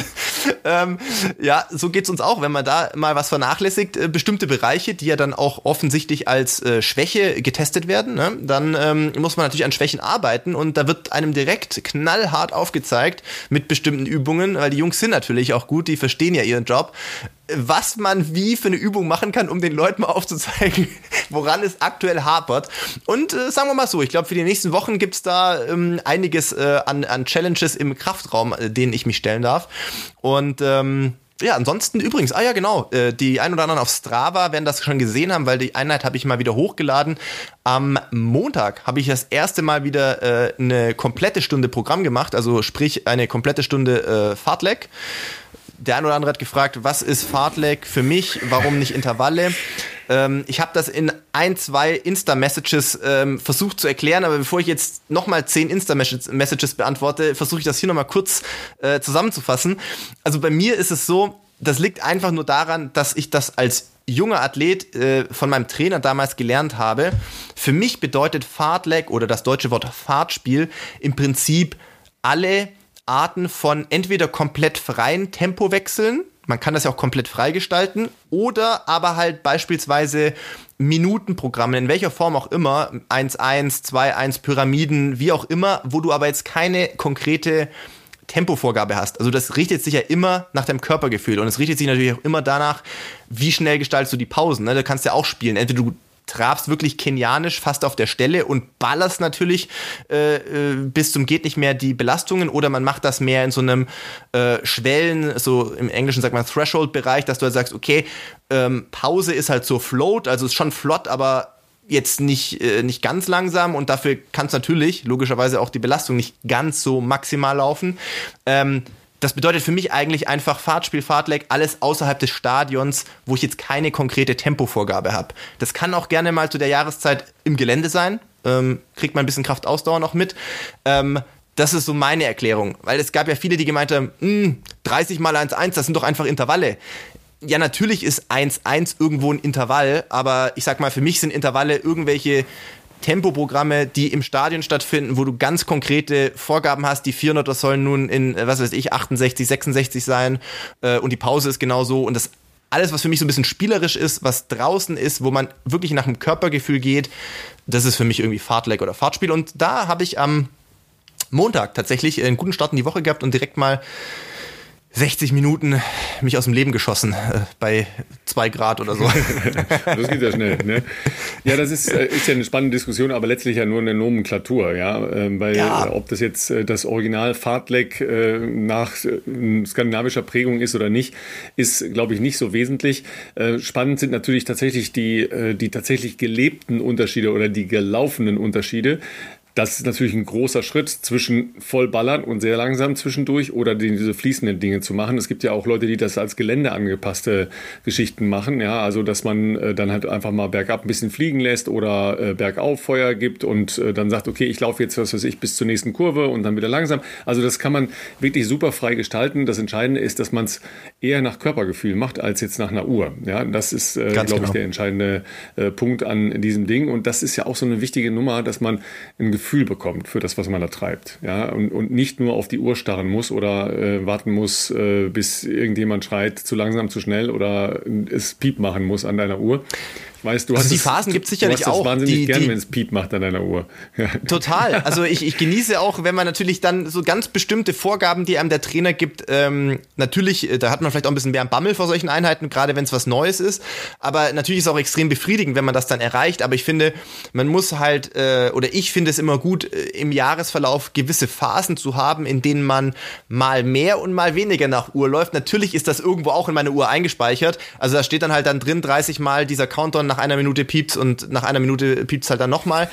Ja, so geht's uns auch, wenn man da mal was vernachlässigt, bestimmte Bereiche, die ja dann auch offensichtlich als Schwäche getestet werden, ne? Dann muss man natürlich an Schwächen arbeiten und da wird einem direkt knallhart aufgezeigt mit bestimmten Übungen, weil die Jungs sind natürlich auch gut, die verstehen ja ihren Job, was man wie für eine Übung machen kann, um den Leuten mal aufzuzeigen, woran es aktuell hapert. Und sagen wir mal so, ich glaube, für die nächsten Wochen gibt's da einiges an Challenges im Kraftraum, denen ich mich stellen darf. Und ja, ansonsten übrigens, die ein oder anderen auf Strava werden das schon gesehen haben, weil die Einheit habe ich mal wieder hochgeladen. Am Montag habe ich das erste Mal wieder eine komplette Stunde Programm gemacht, also sprich eine komplette Stunde Fartlek. Der ein oder andere hat gefragt, was ist Fartlek für mich, warum nicht Intervalle? Ich habe das in 2 Insta-Messages versucht zu erklären, aber bevor ich jetzt nochmal 10 Insta-Messages beantworte, versuche ich das hier nochmal kurz zusammenzufassen. Also bei mir ist es so, das liegt einfach nur daran, dass ich das als junger Athlet von meinem Trainer damals gelernt habe. Für mich bedeutet Fartlek oder das deutsche Wort Fahrtspiel im Prinzip alle Arten von entweder komplett freien Tempowechseln, man kann das ja auch komplett frei gestalten, oder aber halt beispielsweise Minutenprogramme, in welcher Form auch immer, 1-1, 2-1, Pyramiden, wie auch immer, wo du aber jetzt keine konkrete Tempovorgabe hast. Also das richtet sich ja immer nach deinem Körpergefühl und es richtet sich natürlich auch immer danach, wie schnell gestaltest du die Pausen. Ne? Da kannst du ja auch spielen. Entweder du trabst wirklich kenianisch fast auf der Stelle und ballerst natürlich bis zum geht nicht mehr die Belastungen, oder man macht das mehr in so einem Schwellen, so im Englischen sagt man Threshold-Bereich, dass du halt sagst, okay, Pause ist halt so float, also ist schon flott, aber jetzt nicht ganz langsam, und dafür kann es natürlich logischerweise auch die Belastung nicht ganz so maximal laufen. Das bedeutet für mich eigentlich einfach Fahrtspiel, Fartlek, alles außerhalb des Stadions, wo ich jetzt keine konkrete Tempovorgabe habe. Das kann auch gerne mal zu der Jahreszeit im Gelände sein, kriegt man ein bisschen Kraftausdauer noch mit. Das ist so meine Erklärung, weil es gab ja viele, die gemeint haben, 30 mal 1-1, das sind doch einfach Intervalle. Ja, natürlich ist 1-1 irgendwo ein Intervall, aber ich sag mal, für mich sind Intervalle irgendwelche Tempoprogramme, die im Stadion stattfinden, wo du ganz konkrete Vorgaben hast. Die 400er sollen nun in, 68, 66 sein und die Pause ist genauso. Und das alles, was für mich so ein bisschen spielerisch ist, was draußen ist, wo man wirklich nach dem Körpergefühl geht, das ist für mich irgendwie Fartlek oder Fahrtspiel. Und da habe ich am Montag tatsächlich einen guten Start in die Woche gehabt und direkt mal 60 Minuten mich aus dem Leben geschossen, bei 2 Grad oder so. Das geht ja schnell, ne? Ja, das ist ja eine spannende Diskussion, aber letztlich ja nur eine Nomenklatur, ja, weil ob das jetzt das Original Fartlek nach skandinavischer Prägung ist oder nicht, ist, glaube ich, nicht so wesentlich. Spannend sind natürlich tatsächlich die tatsächlich gelebten Unterschiede oder die gelaufenen Unterschiede. Das ist natürlich ein großer Schritt zwischen Vollballern und sehr langsam zwischendurch oder diese fließenden Dinge zu machen. Es gibt ja auch Leute, die das als Gelände angepasste Geschichten machen. Ja, also dass man dann halt einfach mal bergab ein bisschen fliegen lässt oder bergauf Feuer gibt und dann sagt, okay, ich laufe jetzt, was weiß ich, bis zur nächsten Kurve und dann wieder langsam. Also das kann man wirklich super frei gestalten. Das Entscheidende ist, dass man es eher nach Körpergefühl macht, als jetzt nach einer Uhr. Ja, das ist, glaube ich, der entscheidende Punkt an diesem Ding. Und das ist ja auch so eine wichtige Nummer, dass man ein Gefühl Gefühl bekommt für das, was man da treibt. Ja? Und nicht nur auf die Uhr starren muss oder warten muss, bis irgendjemand schreit, zu langsam, zu schnell oder es Piep machen muss an deiner Uhr. Weißt, du also hast die Phasen gibt es sicherlich auch. Du hast wahnsinnig gern, wenn es Piep macht an deiner Uhr. Ja. Total. Also ich genieße auch, wenn man natürlich dann so ganz bestimmte Vorgaben, die einem der Trainer gibt, natürlich, da hat man vielleicht auch ein bisschen mehr Bammel vor solchen Einheiten, gerade wenn es was Neues ist. Aber natürlich ist es auch extrem befriedigend, wenn man das dann erreicht. Aber ich finde, man muss halt, oder ich finde es immer gut, im Jahresverlauf gewisse Phasen zu haben, in denen man mal mehr und mal weniger nach Uhr läuft. Natürlich ist das irgendwo auch in meine Uhr eingespeichert. Also da steht dann halt dann drin 30 Mal dieser Countdown, nach einer Minute piept's und nach einer Minute piept's halt dann nochmal.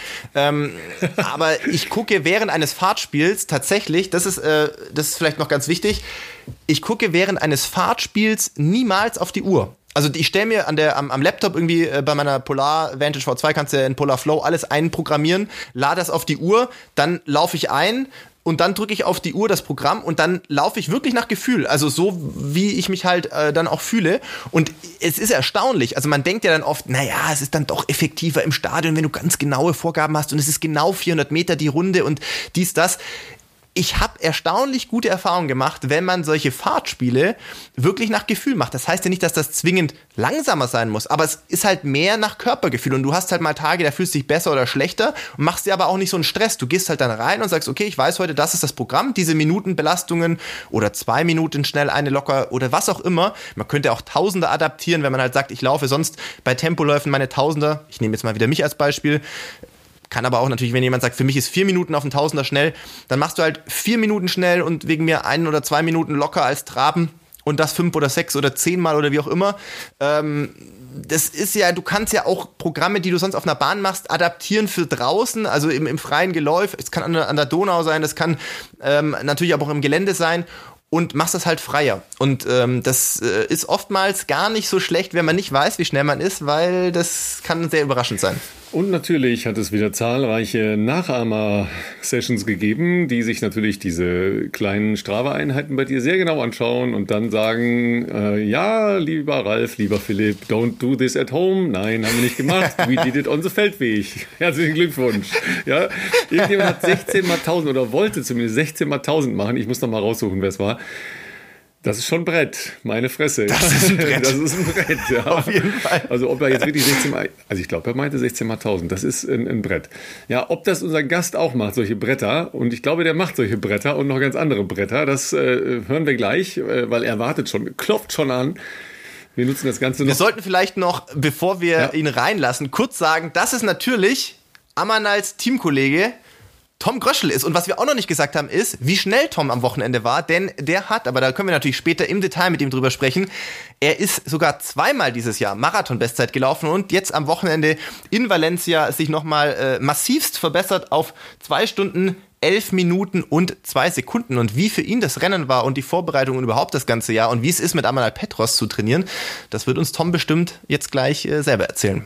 Aber ich gucke während eines Fahrtspiels tatsächlich, das ist vielleicht noch ganz wichtig, ich gucke während eines Fahrtspiels niemals auf die Uhr. Also ich stelle mir am Laptop irgendwie bei meiner Polar Vantage V2 kannst du ja in Polar Flow alles einprogrammieren, lade das auf die Uhr, dann laufe ich ein und dann drücke ich auf die Uhr das Programm und dann laufe ich wirklich nach Gefühl. Also so, wie ich mich halt dann auch fühle. Und es ist erstaunlich. Also man denkt ja dann oft, naja, es ist dann doch effektiver im Stadion, wenn du ganz genaue Vorgaben hast und es ist genau 400 Meter die Runde und dies, das. Ich habe erstaunlich gute Erfahrungen gemacht, wenn man solche Fahrtspiele wirklich nach Gefühl macht. Das heißt ja nicht, dass das zwingend langsamer sein muss, aber es ist halt mehr nach Körpergefühl und du hast halt mal Tage, da fühlst du dich besser oder schlechter und machst dir aber auch nicht so einen Stress. Du gehst halt dann rein und sagst, okay, ich weiß heute, das ist das Programm, diese Minutenbelastungen oder 2 Minuten schnell eine locker oder was auch immer. Man könnte auch Tausender adaptieren, wenn man halt sagt, ich laufe sonst bei Tempoläufen meine Tausender. Ich nehme jetzt mal wieder mich als Beispiel. Kann aber auch natürlich, wenn jemand sagt, für mich ist 4 Minuten auf den Tausender schnell, dann machst du halt 4 Minuten schnell und wegen mir 1 oder 2 Minuten locker als Traben und das 5 oder 6 oder 10 Mal oder wie auch immer. Das ist ja, du kannst ja auch Programme, die du sonst auf einer Bahn machst, adaptieren für draußen, also im freien Geläuf. Es kann an der Donau sein, das kann natürlich aber auch im Gelände sein. Und machst das halt freier. Und das ist oftmals gar nicht so schlecht, wenn man nicht weiß, wie schnell man ist, weil das kann sehr überraschend sein. Und natürlich hat es wieder zahlreiche Nachahmer-Sessions gegeben, die sich natürlich diese kleinen Strava-Einheiten bei dir sehr genau anschauen und dann sagen, ja, lieber Ralf, lieber Philipp, don't do this at home. Nein, haben wir nicht gemacht. We did it on the Feldweg. Herzlichen Glückwunsch. Ja, irgendjemand hat 16 mal 1000 oder wollte zumindest 16 mal 1000 machen. Ich muss noch mal raussuchen, wer es war. Das ist schon ein Brett, meine Fresse. Das ist ein Brett. Das ist ein Brett, ja. Auf jeden Fall. Also ob er jetzt wirklich 16 mal, also ich glaube, er meinte 16 mal 1000, das ist ein Brett. Ja, ob das unser Gast auch macht, solche Bretter, und ich glaube, der macht solche Bretter und noch ganz andere Bretter, das hören wir gleich, weil er wartet schon, klopft schon an. Wir nutzen das Ganze noch. Wir sollten vielleicht noch, bevor wir ihn reinlassen, kurz sagen, das ist natürlich Amanals Teamkollege Tom Gröschel ist. Und was wir auch noch nicht gesagt haben, ist, wie schnell Tom am Wochenende war, denn der hat, aber da können wir natürlich später im Detail mit ihm drüber sprechen, er ist sogar 2-mal dieses Jahr Marathon-Bestzeit gelaufen und jetzt am Wochenende in Valencia sich nochmal massivst verbessert auf 2 Stunden 11 Minuten und 2 Sekunden. Und wie für ihn das Rennen war und die Vorbereitungen überhaupt das ganze Jahr und wie es ist, mit Amanal Petros zu trainieren, das wird uns Tom bestimmt jetzt gleich selber erzählen.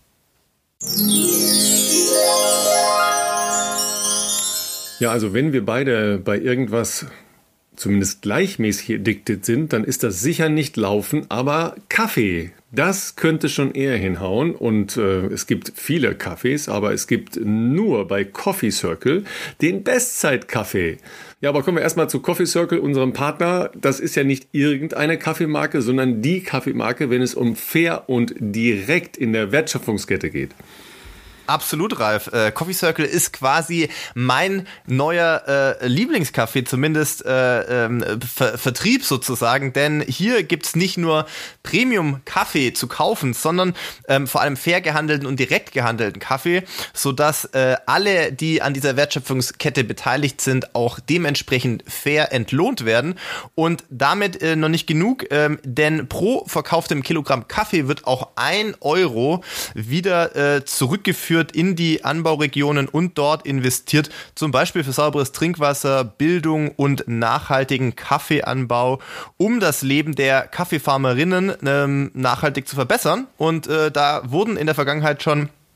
Ja, also wenn wir beide bei irgendwas zumindest gleichmäßig addicted sind, dann ist das sicher nicht Laufen, aber Kaffee. Das könnte schon eher hinhauen und es gibt viele Cafés, aber es gibt nur bei Coffee Circle den Bestzeit-Kaffee. Ja, aber kommen wir erstmal zu Coffee Circle, unserem Partner. Das ist ja nicht irgendeine Kaffeemarke, sondern die Kaffeemarke, wenn es um fair und direkt in der Wertschöpfungskette geht. Absolut, Ralf. Coffee Circle ist quasi mein neuer Lieblingscafé, zumindest Vertrieb sozusagen, denn hier gibt's nicht nur Premium-Kaffee zu kaufen, sondern vor allem fair gehandelten und direkt gehandelten Kaffee, sodass alle, die an dieser Wertschöpfungskette beteiligt sind, auch dementsprechend fair entlohnt werden. Und damit noch nicht genug, denn pro verkauftem Kilogramm Kaffee wird auch 1 Euro wieder zurückgeführt in die Anbauregionen und dort investiert, zum Beispiel für sauberes Trinkwasser, Bildung und nachhaltigen Kaffeeanbau, um das Leben der Kaffeefarmerinnen nachhaltig zu verbessern. Und da wurden in der Vergangenheit schon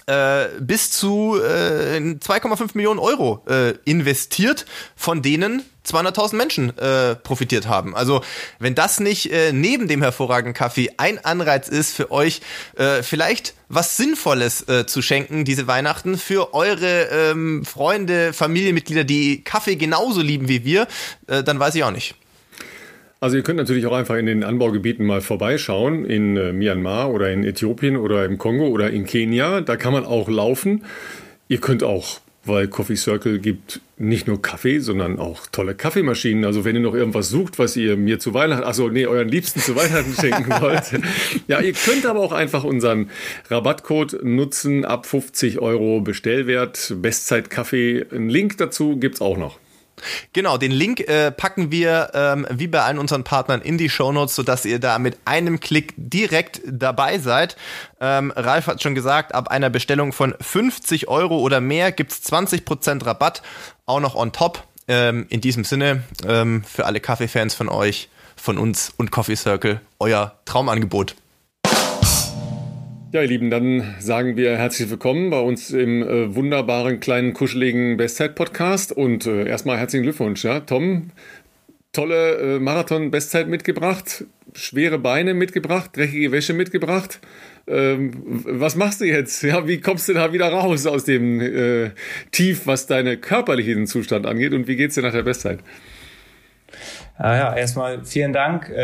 bis zu 2,5 Millionen Euro investiert, von denen 200.000 Menschen profitiert haben. Also wenn das nicht neben dem hervorragenden Kaffee ein Anreiz ist für euch, vielleicht was Sinnvolles zu schenken diese Weihnachten für eure Freunde, Familienmitglieder, die Kaffee genauso lieben wie wir, dann weiß ich auch nicht. Also ihr könnt natürlich auch einfach in den Anbaugebieten mal vorbeischauen, in Myanmar oder in Äthiopien oder im Kongo oder in Kenia. Da kann man auch laufen. Ihr könnt auch, weil Coffee Circle gibt nicht nur Kaffee, sondern auch tolle Kaffeemaschinen. Also wenn ihr noch irgendwas sucht, was ihr mir zu Weihnachten, euren Liebsten zu Weihnachten schenken wollt. Ja, ihr könnt aber auch einfach unseren Rabattcode nutzen, ab 50 € Bestellwert, Bestzeit-Kaffee. Einen Link dazu gibt's auch noch. Genau, den Link packen wir wie bei allen unseren Partnern in die Shownotes, sodass ihr da mit einem Klick direkt dabei seid. Ralf hat schon gesagt, ab einer Bestellung von 50 € oder mehr gibt's 20% Rabatt, auch noch on top. In diesem Sinne, für alle Kaffeefans von euch, von uns und Coffee Circle, euer Traumangebot. Ja, ihr Lieben, dann sagen wir herzlich willkommen bei uns im wunderbaren, kleinen, kuscheligen Bestzeit-Podcast und erstmal herzlichen Glückwunsch. Ja? Tom, tolle Marathon-Bestzeit mitgebracht, schwere Beine mitgebracht, dreckige Wäsche mitgebracht. Was machst du jetzt? Ja, wie kommst du da wieder raus aus dem Tief, was deinen körperlichen Zustand angeht und wie geht's dir nach der Bestzeit? Ja, erstmal vielen Dank.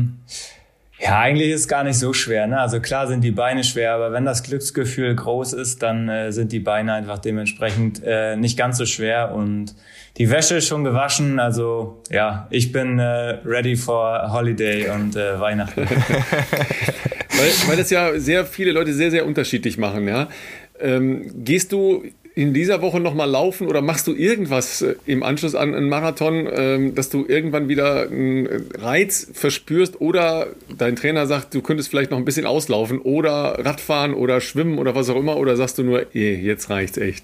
Ja, eigentlich ist es gar nicht so schwer, ne? Also klar sind die Beine schwer, aber wenn das Glücksgefühl groß ist, dann sind die Beine einfach dementsprechend nicht ganz so schwer und die Wäsche ist schon gewaschen. Also ja, ich bin ready for Holiday und Weihnachten. weil das ja sehr viele Leute sehr, sehr unterschiedlich machen, ja. Gehst du in dieser Woche nochmal laufen oder machst du irgendwas im Anschluss an einen Marathon, dass du irgendwann wieder einen Reiz verspürst oder dein Trainer sagt, du könntest vielleicht noch ein bisschen auslaufen oder Radfahren oder schwimmen oder was auch immer, oder sagst du nur, jetzt reicht's echt?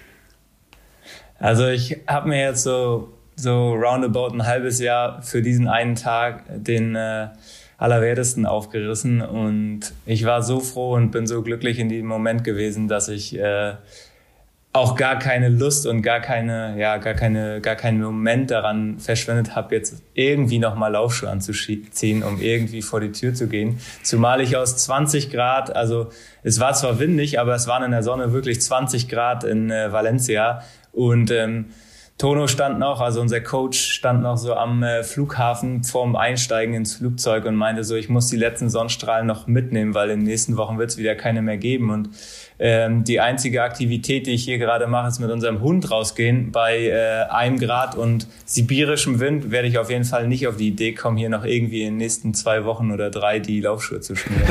Also ich habe mir jetzt so roundabout ein halbes Jahr für diesen einen Tag den Allerwertesten aufgerissen und ich war so froh und bin so glücklich in dem Moment gewesen, dass ich auch gar keine Lust und gar keinen Moment daran verschwendet habe, jetzt irgendwie nochmal Laufschuhe anzuziehen, um irgendwie vor die Tür zu gehen. Zumal ich aus 20 Grad, also es war zwar windig, aber es waren in der Sonne wirklich 20 Grad in Valencia und Tono stand noch, also unser Coach stand noch so am Flughafen vorm Einsteigen ins Flugzeug und meinte so, ich muss die letzten Sonnenstrahlen noch mitnehmen, weil in den nächsten Wochen wird es wieder keine mehr geben. Und die einzige Aktivität, die ich hier gerade mache, ist mit unserem Hund rausgehen. Bei 1 Grad und sibirischem Wind werde ich auf jeden Fall nicht auf die Idee kommen, hier noch irgendwie in den nächsten 2 Wochen oder 3 die Laufschuhe zu schmieren.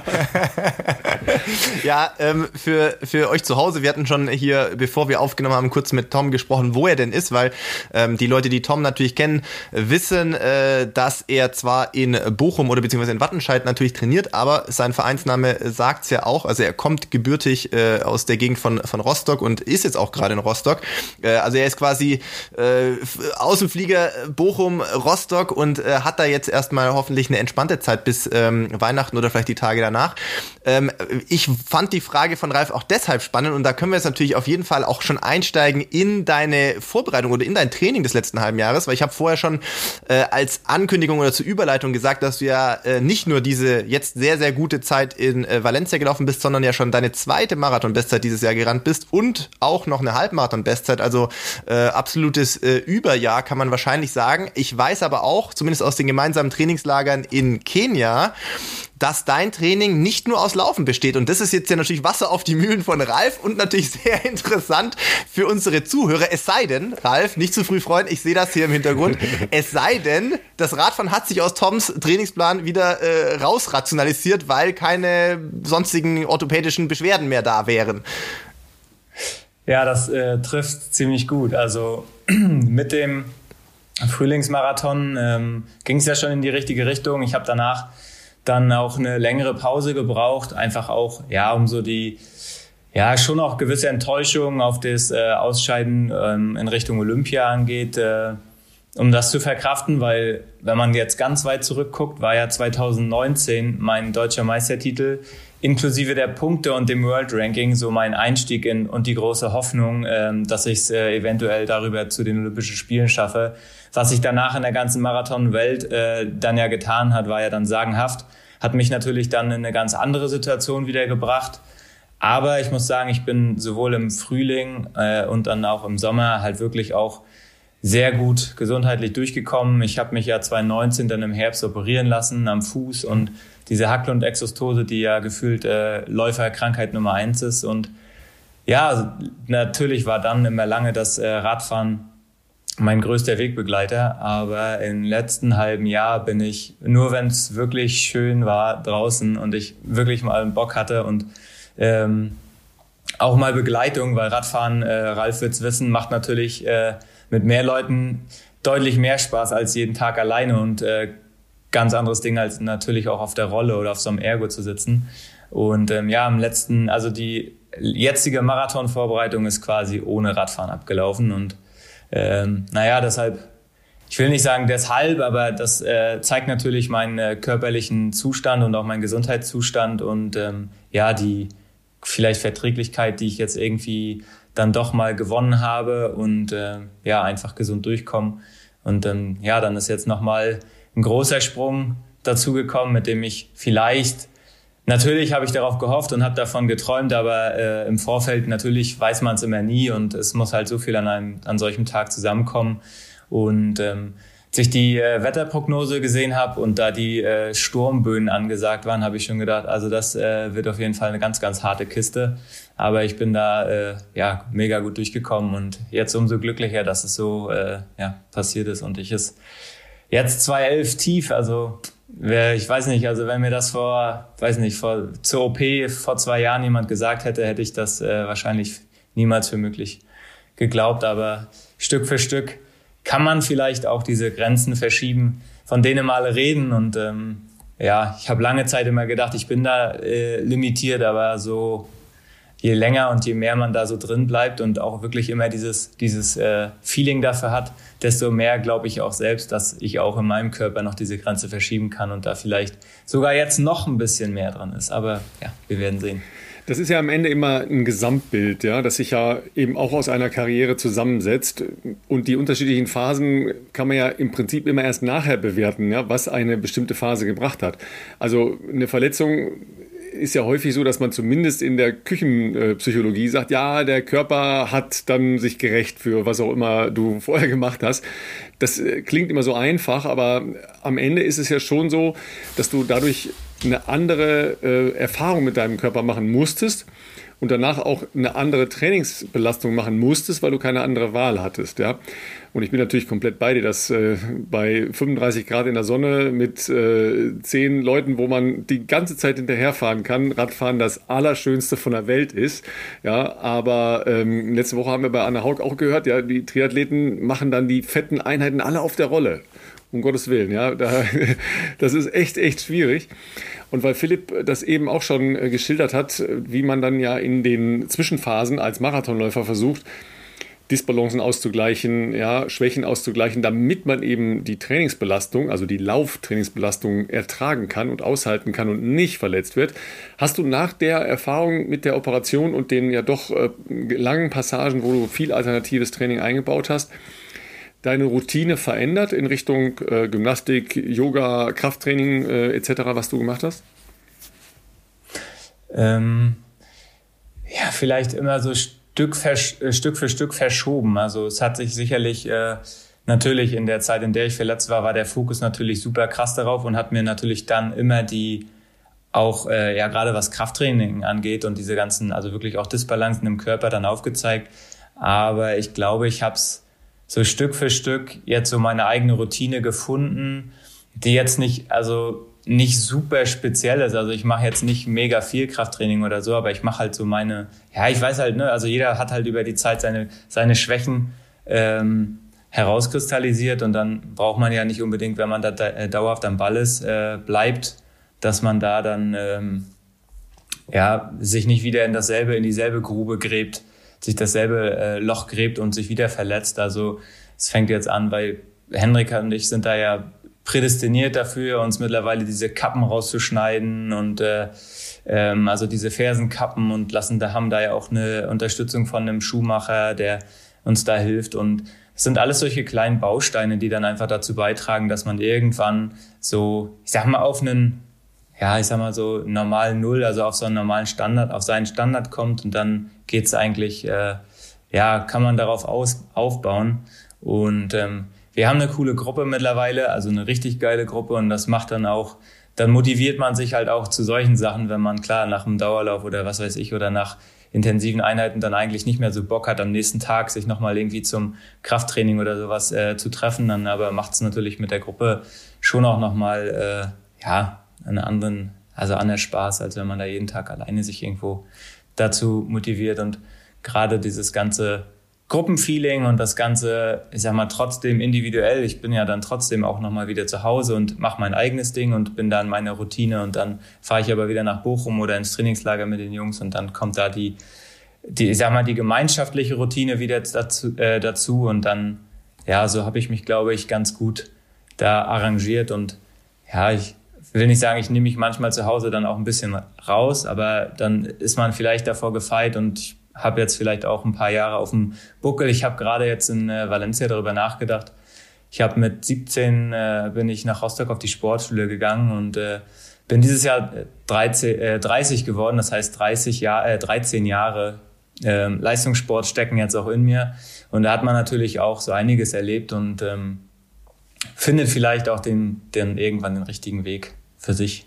Ja, für euch zu Hause, wir hatten schon hier, bevor wir aufgenommen haben, kurz mit Tom gesprochen, wo er denn ist, weil die Leute, die Tom natürlich kennen, wissen, dass er zwar in Bochum oder beziehungsweise in Wattenscheid natürlich trainiert, aber sein Vereinsname sagt's ja auch, also er kommt gebürtig aus der Gegend von Rostock und ist jetzt auch gerade in Rostock. Also er ist quasi Außenflieger Bochum, Rostock und hat da jetzt erstmal hoffentlich eine entspannte Zeit bis Weihnachten oder vielleicht die Tage danach. Ich fand die Frage von Ralf auch deshalb spannend und da können wir jetzt natürlich auf jeden Fall auch schon einsteigen in deine Vorbereitung oder in dein Training des letzten halben Jahres, weil ich habe vorher schon als Ankündigung oder zur Überleitung gesagt, dass du ja nicht nur diese jetzt sehr, sehr gute Zeit in Valencia gelaufen bist, sondern ja schon deine zweite Marathon-Bestzeit dieses Jahr gerannt bist und auch noch eine Halbmarathon-Bestzeit, also absolutes Überjahr kann man wahrscheinlich sagen. Ich weiß aber auch, zumindest aus den gemeinsamen Trainingslagern in Kenia, dass dein Training nicht nur aus Laufen besteht. Und das ist jetzt ja natürlich Wasser auf die Mühlen von Ralf und natürlich sehr interessant für unsere Zuhörer. Es sei denn, Ralf, nicht zu früh freuen, ich sehe das hier im Hintergrund, es sei denn, das Radfahren hat sich aus Toms Trainingsplan wieder rausrationalisiert, weil keine sonstigen orthopädischen Beschwerden mehr da wären. Ja, das trifft ziemlich gut. Also mit dem Frühlingsmarathon ging es ja schon in die richtige Richtung. Ich habe danach dann auch eine längere Pause gebraucht, einfach auch, ja, um so schon auch gewisse Enttäuschung auf das Ausscheiden in Richtung Olympia angeht, um das zu verkraften, weil wenn man jetzt ganz weit zurückguckt, war ja 2019 mein deutscher Meistertitel inklusive der Punkte und dem World Ranking so mein Einstieg in und die große Hoffnung, dass ich es eventuell darüber zu den Olympischen Spielen schaffe. Was sich danach in der ganzen Marathonwelt dann ja getan hat, war ja dann sagenhaft. Hat mich natürlich dann in eine ganz andere Situation wieder gebracht. Aber ich muss sagen, ich bin sowohl im Frühling und dann auch im Sommer halt wirklich auch sehr gut gesundheitlich durchgekommen. Ich habe mich ja 2019 dann im Herbst operieren lassen am Fuß und diese Hacklund-Exostose, die ja gefühlt Läuferkrankheit Nummer 1 ist. Und ja, natürlich war dann immer lange das Radfahren mein größter Wegbegleiter. Aber im letzten halben Jahr bin ich, nur wenn es wirklich schön war draußen und ich wirklich mal einen Bock hatte und auch mal Begleitung, weil Radfahren, Ralf wird's wissen, macht natürlich mit mehr Leuten deutlich mehr Spaß als jeden Tag alleine und ganz anderes Ding als natürlich auch auf der Rolle oder auf so einem Ergo zu sitzen. Und also die jetzige Marathonvorbereitung ist quasi ohne Radfahren abgelaufen und deshalb, ich will nicht sagen deshalb, aber das zeigt natürlich meinen körperlichen Zustand und auch meinen Gesundheitszustand und die vielleicht Verträglichkeit, die ich jetzt irgendwie dann doch mal gewonnen habe und einfach gesund durchkommen. Und dann ist jetzt nochmal ein großer Sprung dazu gekommen, mit dem ich natürlich habe ich darauf gehofft und habe davon geträumt, aber im Vorfeld natürlich weiß man es immer nie und es muss halt so viel an solchem Tag zusammenkommen. Und als ich die Wetterprognose gesehen habe und da die Sturmböen angesagt waren, habe ich schon gedacht, also das wird auf jeden Fall eine ganz, ganz harte Kiste. Aber ich bin da mega gut durchgekommen und jetzt umso glücklicher, dass es so passiert ist und ich es jetzt 2011 tief, also ich weiß nicht, also wenn mir das zur OP vor 2 Jahren jemand gesagt hätte, hätte ich das wahrscheinlich niemals für möglich geglaubt. Aber Stück für Stück kann man vielleicht auch diese Grenzen verschieben, von denen mal reden. Und ich habe lange Zeit immer gedacht, ich bin da limitiert, aber so je länger und je mehr man da so drin bleibt und auch wirklich immer dieses Feeling dafür hat, desto mehr glaube ich auch selbst, dass ich auch in meinem Körper noch diese Grenze verschieben kann und da vielleicht sogar jetzt noch ein bisschen mehr dran ist. Aber ja, wir werden sehen. Das ist ja am Ende immer ein Gesamtbild, ja, das sich ja eben auch aus einer Karriere zusammensetzt. Und die unterschiedlichen Phasen kann man ja im Prinzip immer erst nachher bewerten, ja, was eine bestimmte Phase gebracht hat. Also eine Verletzung ist ja häufig so, dass man zumindest in der Küchenpsychologie sagt, ja, der Körper hat dann sich gerecht für was auch immer du vorher gemacht hast. Das klingt immer so einfach, aber am Ende ist es ja schon so, dass du dadurch eine andere Erfahrung mit deinem Körper machen musstest und danach auch eine andere Trainingsbelastung machen musstest, weil du keine andere Wahl hattest, ja. Und ich bin natürlich komplett bei dir, dass bei 35 Grad in der Sonne mit 10 Leuten, wo man die ganze Zeit hinterherfahren kann, Radfahren das Allerschönste von der Welt ist. Ja, aber letzte Woche haben wir bei Anna Haug auch gehört, ja, die Triathleten machen dann die fetten Einheiten alle auf der Rolle. Um Gottes Willen, ja, das ist echt schwierig. Und weil Philipp das eben auch schon geschildert hat, wie man dann ja in den Zwischenphasen als Marathonläufer versucht, Disbalancen auszugleichen, ja, Schwächen auszugleichen, damit man eben die Trainingsbelastung, also die Lauftrainingsbelastung ertragen kann und aushalten kann und nicht verletzt wird. Hast du nach der Erfahrung mit der Operation und den ja doch langen Passagen, wo du viel alternatives Training eingebaut hast, deine Routine verändert in Richtung Gymnastik, Yoga, Krafttraining etc., was du gemacht hast? Vielleicht immer so Stück für Stück verschoben. Also es hat sich sicherlich natürlich in der Zeit, in der ich verletzt war der Fokus natürlich super krass darauf und hat mir natürlich dann immer die auch gerade was Krafttraining angeht und diese ganzen, also wirklich auch Disbalancen im Körper dann aufgezeigt. Aber ich glaube, ich habe es so Stück für Stück jetzt so meine eigene Routine gefunden, die jetzt nicht super speziell ist. Also ich mache jetzt nicht mega viel Krafttraining oder so, aber ich mache halt so ich weiß halt, ne, also jeder hat halt über die Zeit seine Schwächen herauskristallisiert und dann braucht man ja nicht unbedingt, wenn man da dauerhaft am Ball ist, bleibt, dass man da dann sich nicht wieder in dieselbe Grube gräbt, sich dasselbe Loch gräbt und sich wieder verletzt. Also es fängt jetzt an, weil Henrika und ich sind da ja prädestiniert dafür, uns mittlerweile diese Kappen rauszuschneiden und also diese Fersenkappen und haben da ja auch eine Unterstützung von einem Schuhmacher, der uns da hilft. Und es sind alles solche kleinen Bausteine, die dann einfach dazu beitragen, dass man irgendwann so, ich sag mal, auf einen, ja, ich sag mal so normalen Null, also auf so einen normalen Standard, auf seinen Standard kommt und dann geht's eigentlich, kann man darauf aufbauen. Und wir haben eine coole Gruppe mittlerweile, also eine richtig geile Gruppe, und das macht dann auch, dann motiviert man sich halt auch zu solchen Sachen, wenn man klar nach einem Dauerlauf oder was weiß ich oder nach intensiven Einheiten dann eigentlich nicht mehr so Bock hat, am nächsten Tag sich nochmal irgendwie zum Krafttraining oder sowas zu treffen, dann aber macht es natürlich mit der Gruppe schon auch nochmal einen anderen, also anders Spaß, als wenn man da jeden Tag alleine sich irgendwo dazu motiviert. Und gerade dieses ganze Gruppenfeeling und das Ganze, ich sag mal, trotzdem individuell. Ich bin ja dann trotzdem auch nochmal wieder zu Hause und mache mein eigenes Ding und bin da in meiner Routine, und dann fahre ich aber wieder nach Bochum oder ins Trainingslager mit den Jungs, und dann kommt da die ich sag mal, die gemeinschaftliche Routine wieder dazu, und dann, ja, so habe ich mich, glaube ich, ganz gut da arrangiert. Und ja, ich will nicht sagen, ich nehme mich manchmal zu Hause dann auch ein bisschen raus, aber dann ist man vielleicht davor gefeit, und ich habe jetzt vielleicht auch ein paar Jahre auf dem Buckel. Ich habe gerade jetzt in Valencia darüber nachgedacht. Ich habe mit 17 bin ich nach Rostock auf die Sportschule gegangen und bin dieses Jahr 30 geworden. Das heißt 13 Jahre Leistungssport stecken jetzt auch in mir. Und da hat man natürlich auch so einiges erlebt und findet vielleicht auch irgendwann den richtigen Weg für sich.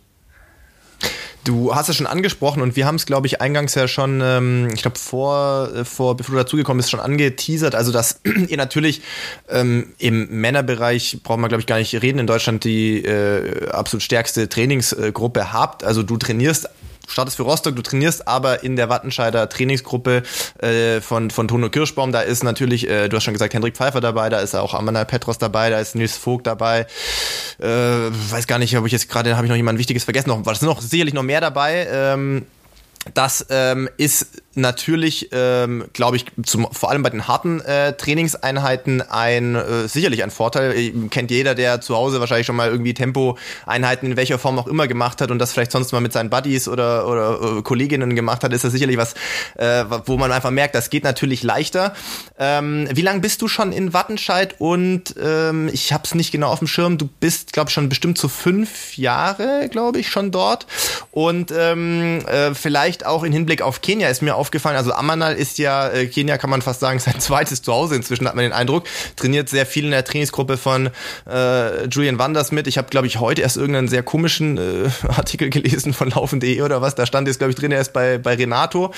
Du hast es schon angesprochen, und wir haben es, glaube ich, eingangs ja schon, ich glaube, bevor du dazugekommen bist, schon angeteasert. Also, dass ihr natürlich im Männerbereich, braucht man, glaube ich, gar nicht reden, in Deutschland die absolut stärkste Trainingsgruppe habt. Also du startest für Rostock, du trainierst aber in der Wattenscheider Trainingsgruppe von Tono Kirschbaum. Da ist natürlich, du hast schon gesagt, Hendrik Pfeiffer dabei, da ist auch Amanal Petros dabei, da ist Nils Vogt dabei. Weiß gar nicht, habe ich noch jemand Wichtiges vergessen. Es sind noch sicherlich noch mehr dabei. Das ist natürlich, glaube ich, vor allem bei den harten Trainingseinheiten sicherlich ein Vorteil. Kennt jeder, der zu Hause wahrscheinlich schon mal irgendwie Tempoeinheiten in welcher Form auch immer gemacht hat und das vielleicht sonst mal mit seinen Buddies oder Kolleginnen gemacht hat, ist das sicherlich was, wo man einfach merkt, das geht natürlich leichter. Wie lange bist du schon in Wattenscheid? Und ich habe es nicht genau auf dem Schirm, du bist, glaube ich, schon bestimmt so 5 Jahre, glaube ich, schon dort. Und vielleicht auch in Hinblick auf Kenia ist mir aufgefallen, also Amanal ist ja, Kenia kann man fast sagen, sein zweites Zuhause inzwischen, hat man den Eindruck, trainiert sehr viel in der Trainingsgruppe von Julian Wanders mit. Ich habe, glaube ich, heute erst irgendeinen sehr komischen Artikel gelesen von Laufen.de oder was, da stand jetzt, glaube ich, drin, er ist bei Renato.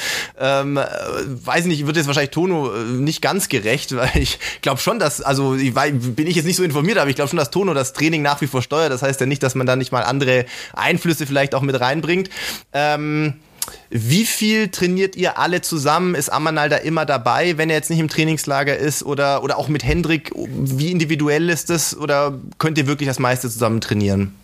Weiß nicht, wird jetzt wahrscheinlich Tono nicht ganz gerecht, weil ich glaube schon, dass, also bin ich jetzt nicht so informiert, aber ich glaube schon, dass Tono das Training nach wie vor steuert. Das heißt ja nicht, dass man da nicht mal andere Einflüsse vielleicht auch mit reinbringt. Wie viel trainiert ihr alle zusammen? Ist Amanal da immer dabei, wenn er jetzt nicht im Trainingslager ist? Oder auch mit Hendrik? Wie individuell ist das? Oder könnt ihr wirklich das meiste zusammen trainieren?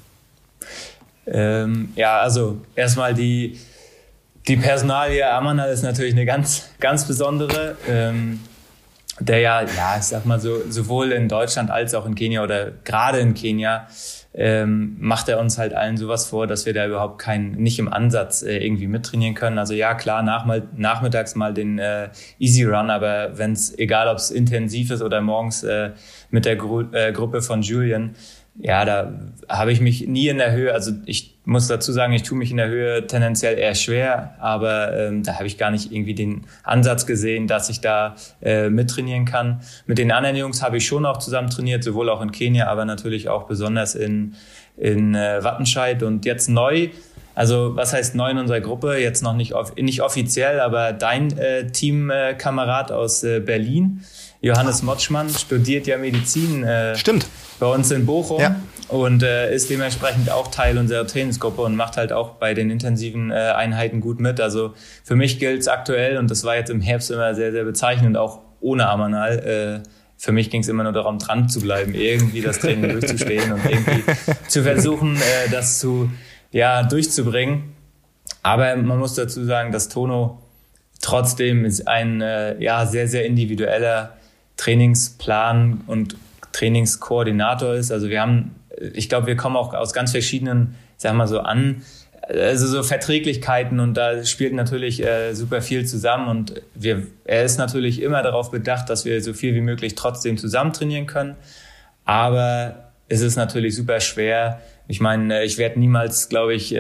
Also erstmal die Personalie Amanal ist natürlich eine ganz, ganz besondere. Der ich sag mal so, sowohl in Deutschland als auch in Kenia oder gerade in Kenia macht er uns halt allen sowas vor, dass wir da überhaupt nicht im Ansatz irgendwie mittrainieren können. Also ja, klar, nachmittags mal den Easy Run, aber egal ob es intensiv ist oder morgens mit der Gruppe von Julian, ja, da habe ich mich nie in der Höhe, also ich muss dazu sagen, ich tue mich in der Höhe tendenziell eher schwer, aber da habe ich gar nicht irgendwie den Ansatz gesehen, dass ich da mittrainieren kann. Mit den anderen Jungs habe ich schon auch zusammen trainiert, sowohl auch in Kenia, aber natürlich auch besonders in Wattenscheid. Und jetzt neu, also was heißt neu in unserer Gruppe, jetzt noch nicht offiziell, aber dein Teamkamerad aus Berlin, Johannes Motschmann, studiert ja Medizin. Stimmt. Bei uns in Bochum, ja. Und ist dementsprechend auch Teil unserer Trainingsgruppe und macht halt auch bei den intensiven Einheiten gut mit. Also für mich gilt es aktuell, und das war jetzt im Herbst immer sehr, sehr bezeichnend, auch ohne Amanal. Für mich ging es immer nur darum, dran zu bleiben, irgendwie das Training durchzustehen und irgendwie zu versuchen, das durchzubringen. Aber man muss dazu sagen, dass Tono trotzdem ist ein sehr, sehr individueller Trainingsplan und Trainingskoordinator ist. Also wir haben ich glaube, wir kommen auch aus ganz verschiedenen, sag mal so also so Verträglichkeiten und da spielt natürlich super viel zusammen und er ist natürlich immer darauf bedacht, dass wir so viel wie möglich trotzdem zusammen trainieren können, aber es ist natürlich super schwer. Ich meine, ich werde niemals, glaube ich,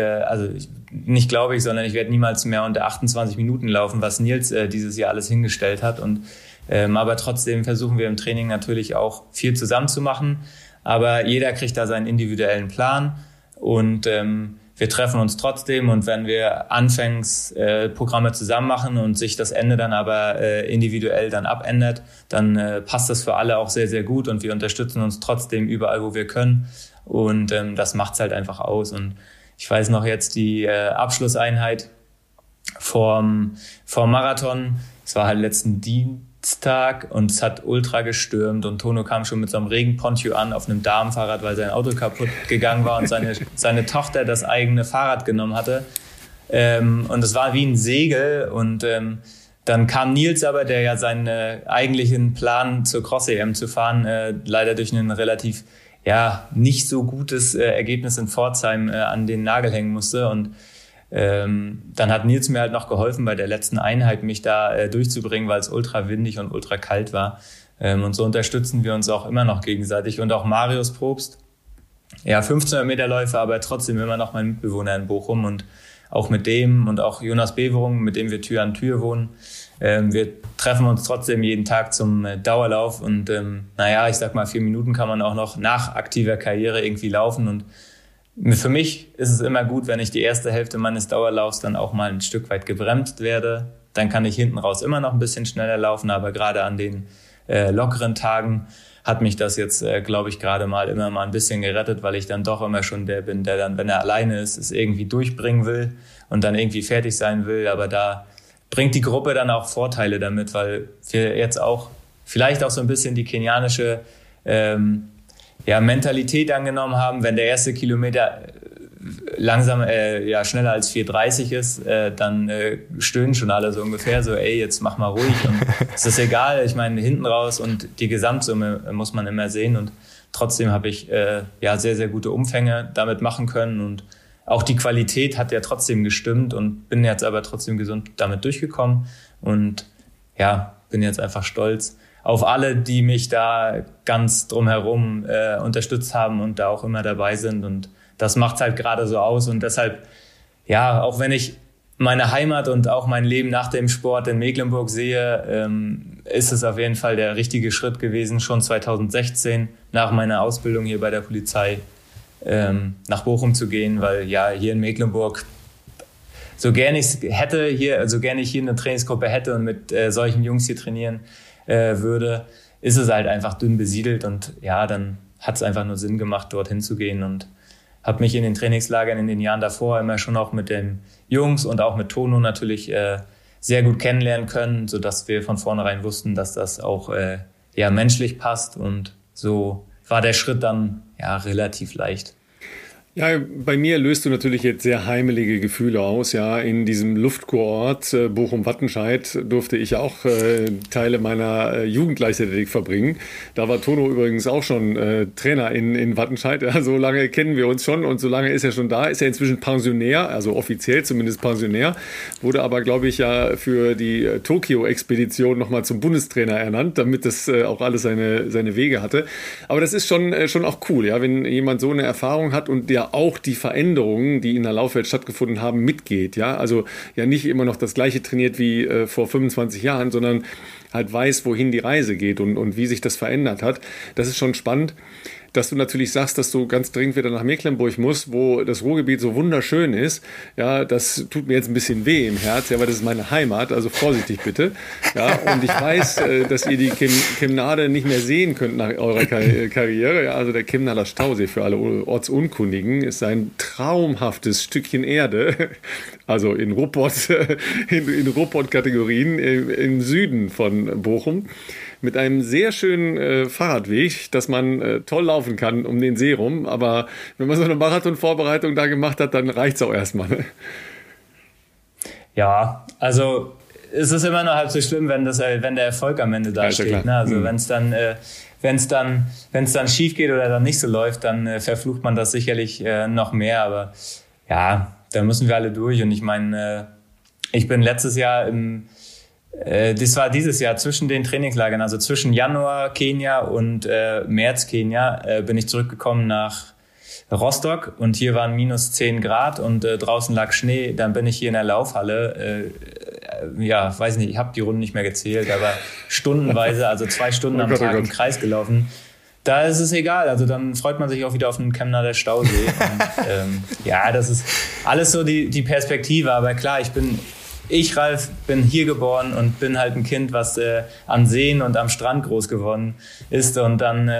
sondern ich werde niemals mehr unter 28 Minuten laufen, was Nils dieses Jahr alles hingestellt hat. Aber trotzdem versuchen wir im Training natürlich auch viel zusammen zu machen. Aber jeder kriegt da seinen individuellen Plan und wir treffen uns trotzdem. Und wenn wir anfangs Programme zusammen machen und sich das Ende dann aber individuell dann abändert, dann passt das für alle auch sehr, sehr gut und wir unterstützen uns trotzdem überall, wo wir können. Und das macht's halt einfach aus. Und ich weiß noch jetzt die Abschlusseinheit vorm Marathon. Es war halt letzten Dienstag und es hat ultra gestürmt und Tono kam schon mit so einem Regenponcho an auf einem Damenfahrrad, weil sein Auto kaputt gegangen war und seine Tochter das eigene Fahrrad genommen hatte. Und es war wie ein Segel und dann kam Nils aber, der ja seinen eigentlichen Plan zur Cross-EM zu fahren, leider durch einen relativ nicht so gutes Ergebnis in Pforzheim an den Nagel hängen musste. Und dann hat Nils mir halt noch geholfen, bei der letzten Einheit mich da durchzubringen, weil es ultra windig und ultra kalt war. Und so unterstützen wir uns auch immer noch gegenseitig. Und auch Marius Probst, 1500 Meter Läufer, aber trotzdem immer noch mein Mitbewohner in Bochum. Und auch mit dem und auch Jonas Beverung, mit dem wir Tür an Tür wohnen. Wir treffen uns trotzdem jeden Tag zum Dauerlauf und ich sag mal 4 Minuten kann man auch noch nach aktiver Karriere irgendwie laufen und für mich ist es immer gut, wenn ich die erste Hälfte meines Dauerlaufs dann auch mal ein Stück weit gebremst werde, dann kann ich hinten raus immer noch ein bisschen schneller laufen, aber gerade an den lockeren Tagen hat mich das jetzt, glaube ich, gerade mal immer mal ein bisschen gerettet, weil ich dann doch immer schon der bin, der dann, wenn er alleine ist, es irgendwie durchbringen will und dann irgendwie fertig sein will, aber da bringt die Gruppe dann auch Vorteile damit, weil wir jetzt auch vielleicht auch so ein bisschen die kenianische Mentalität angenommen haben. Wenn der erste Kilometer langsam schneller als 4,30 ist, dann stöhnen schon alle so ungefähr so, jetzt mach mal ruhig und es ist egal, ich meine hinten raus und die Gesamtsumme muss man immer sehen und trotzdem habe ich sehr, sehr gute Umfänge damit machen können und auch die Qualität hat ja trotzdem gestimmt und bin jetzt aber trotzdem gesund damit durchgekommen und bin jetzt einfach stolz auf alle, die mich da ganz drumherum unterstützt haben und da auch immer dabei sind und das macht's halt gerade so aus und deshalb, auch wenn ich meine Heimat und auch mein Leben nach dem Sport in Mecklenburg sehe, ist es auf jeden Fall der richtige Schritt gewesen, schon 2016 nach meiner Ausbildung hier bei der Polizei nach Bochum zu gehen, weil hier in Mecklenburg, so gerne ich hier eine Trainingsgruppe hätte und mit solchen Jungs hier trainieren würde, ist es halt einfach dünn besiedelt und dann hat es einfach nur Sinn gemacht, dorthin zu gehen und habe mich in den Trainingslagern in den Jahren davor immer schon auch mit den Jungs und auch mit Tono natürlich sehr gut kennenlernen können, sodass wir von vornherein wussten, dass das auch menschlich passt und so war der Schritt dann relativ leicht. Ja, bei mir löst du natürlich jetzt sehr heimelige Gefühle aus. Ja, in diesem Luftkurort Bochum-Wattenscheid durfte ich auch Teile meiner Jugendleichtathletik verbringen. Da war Tono übrigens auch schon Trainer in Wattenscheid. Ja, so lange kennen wir uns schon und so lange ist er schon da. Ist er inzwischen Pensionär, also offiziell zumindest Pensionär. Wurde aber, glaube ich, für die Tokio-Expedition nochmal zum Bundestrainer ernannt, damit das auch alles seine Wege hatte. Aber das ist schon auch cool, ja, wenn jemand so eine Erfahrung hat und der auch die Veränderungen, die in der Laufwelt stattgefunden haben, mitgeht. Ja, also nicht immer noch das Gleiche trainiert wie vor 25 Jahren, sondern halt weiß, wohin die Reise geht und wie sich das verändert hat. Das ist schon spannend, dass du natürlich sagst, dass du ganz dringend wieder nach Mecklenburg musst, wo das Ruhrgebiet so wunderschön ist. Ja, das tut mir jetzt ein bisschen weh im Herz, weil das ist meine Heimat, also vorsichtig bitte. Ja, und ich weiß, dass ihr die Kemnade nicht mehr sehen könnt nach eurer Karriere. Ja, also der Kemnader Stausee für alle Ortsunkundigen ist ein traumhaftes Stückchen Erde, also in Ruhrpott-Kategorien im Süden von Bochum. Mit einem sehr schönen Fahrradweg, dass man toll laufen kann um den See rum. Aber wenn man so eine Marathonvorbereitung da gemacht hat, dann reicht's auch erstmal. Ne? Ja, also es ist immer noch halb so schlimm, wenn der Erfolg am Ende da steht. Ne? Also wenn es dann schief geht oder dann nicht so läuft, dann verflucht man das sicherlich noch mehr. Aber ja, da müssen wir alle durch. Und ich meine, ich bin letztes Jahr das war dieses Jahr zwischen den Trainingslagern, also zwischen Januar Kenia und März Kenia, bin ich zurückgekommen nach Rostock und hier waren minus 10 Grad und draußen lag Schnee. Dann bin ich hier in der Laufhalle, weiß nicht, ich habe die Runden nicht mehr gezählt, aber stundenweise, also 2 Stunden am Tag im Kreis gelaufen. Da ist es egal, also dann freut man sich auch wieder auf den Chemnader Stausee. Und, das ist alles so die Perspektive, aber klar, Ralf, bin hier geboren und bin halt ein Kind, was an Seen und am Strand groß geworden ist und dann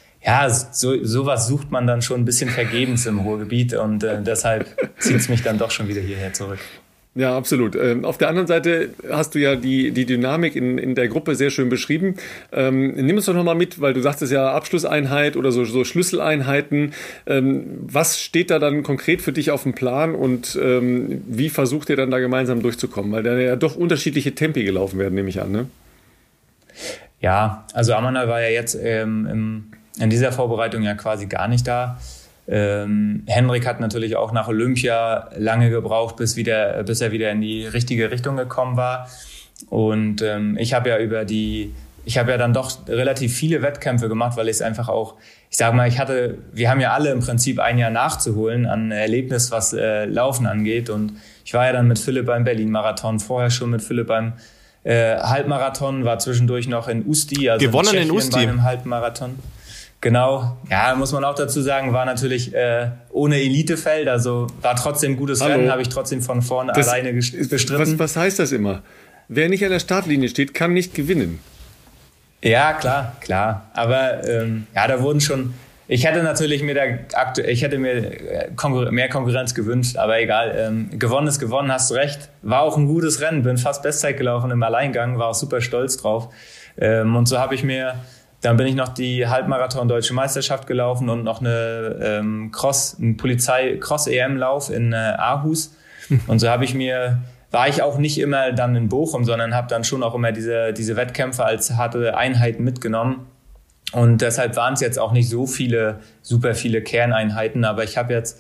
sowas sucht man dann schon ein bisschen vergebens im Ruhrgebiet und deshalb zieht es mich dann doch schon wieder hierher zurück. Ja, absolut. Auf der anderen Seite hast du ja die Dynamik in der Gruppe sehr schön beschrieben. Nimm uns doch nochmal mit, weil du sagtest ja Abschlusseinheit oder so Schlüsseleinheiten. Was steht da dann konkret für dich auf dem Plan und wie versucht ihr dann da gemeinsam durchzukommen? Weil da ja doch unterschiedliche Tempi gelaufen werden, nehme ich an, ne? Ja, also Amanal war ja jetzt in dieser Vorbereitung ja quasi gar nicht da. Henrik hat natürlich auch nach Olympia lange gebraucht, bis er wieder in die richtige Richtung gekommen war. Und ich habe ja dann doch relativ viele Wettkämpfe gemacht, weil ich es einfach auch, ich sag mal, wir haben ja alle im Prinzip ein Jahr nachzuholen an Erlebnis, was Laufen angeht. Und ich war ja dann mit Philipp beim Berlin-Marathon, vorher schon mit Philipp beim Halbmarathon, war zwischendurch noch in Usti, also gewonnen in Usti. Bei einem Halbmarathon. Genau, ja, muss man auch dazu sagen, war natürlich ohne Elitefeld, also war trotzdem ein gutes Rennen, habe ich trotzdem von vorne alleine bestritten. Was heißt das immer? Wer nicht an der Startlinie steht, kann nicht gewinnen. Ja, klar. Aber da wurden schon. Ich hätte mir mehr Konkurrenz gewünscht, aber egal. Gewonnen ist gewonnen, hast recht. War auch ein gutes Rennen, bin fast Bestzeit gelaufen im Alleingang, war auch super stolz drauf. Und so dann bin ich noch die Halbmarathon-Deutsche Meisterschaft gelaufen und noch einen Polizei-Cross-EM-Lauf in Aarhus. Und so war ich auch nicht immer dann in Bochum, sondern habe dann schon auch immer diese Wettkämpfe als harte Einheiten mitgenommen. Und deshalb waren es jetzt auch nicht super viele Kerneinheiten, aber ich habe jetzt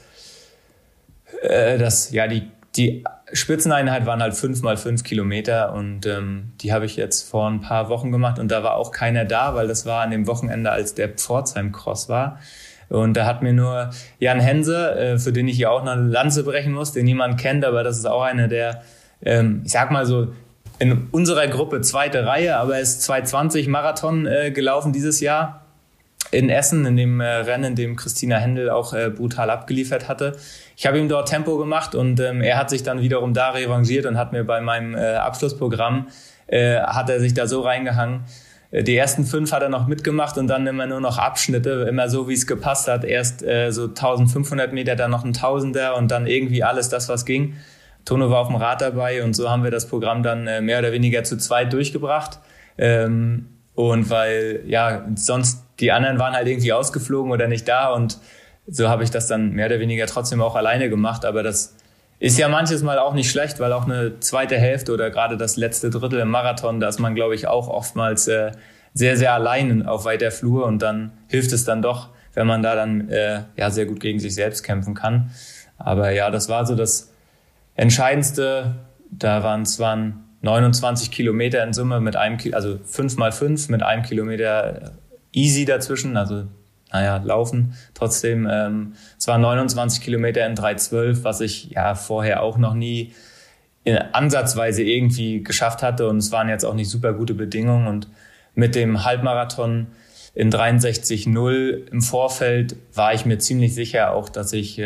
die Spitzeneinheit waren halt 5x5 Kilometer und die habe ich jetzt vor ein paar Wochen gemacht und da war auch keiner da, weil das war an dem Wochenende, als der Pforzheim-Cross war. Und da hat mir nur Jan Hense, für den ich hier auch noch eine Lanze brechen muss, den niemand kennt, aber das ist auch einer der, ich sag mal so, in unserer Gruppe zweite Reihe, aber er ist 2:20 Marathon gelaufen dieses Jahr in Essen, in dem Rennen, in dem Christina Händel auch brutal abgeliefert hatte. Ich habe ihm dort Tempo gemacht und er hat sich dann wiederum da revanchiert und hat mir bei meinem Abschlussprogramm, hat er sich da so reingehangen. Die ersten 5 hat er noch mitgemacht und dann immer nur noch Abschnitte, immer so, wie es gepasst hat. Erst so 1500 Meter, dann noch ein Tausender und dann irgendwie alles das, was ging. Tono war auf dem Rad dabei und so haben wir das Programm dann mehr oder weniger zu zweit durchgebracht. Und weil, sonst die anderen waren halt irgendwie ausgeflogen oder nicht da und so habe ich das dann mehr oder weniger trotzdem auch alleine gemacht. Aber das ist ja manches Mal auch nicht schlecht, weil auch eine zweite Hälfte oder gerade das letzte Drittel im Marathon, da ist man, glaube ich, auch oftmals sehr, sehr allein auf weiter Flur und dann hilft es dann doch, wenn man da dann sehr gut gegen sich selbst kämpfen kann. Aber ja, das war so das Entscheidendste. Es waren 29 Kilometer in Summe mit also 5x5 mit 1 Kilometer easy dazwischen, also laufen. Trotzdem, es waren 29 Kilometer in 3:12, was ich vorher auch noch nie ansatzweise irgendwie geschafft hatte und es waren jetzt auch nicht super gute Bedingungen und mit dem Halbmarathon in 63,0 im Vorfeld war ich mir ziemlich sicher auch, dass ich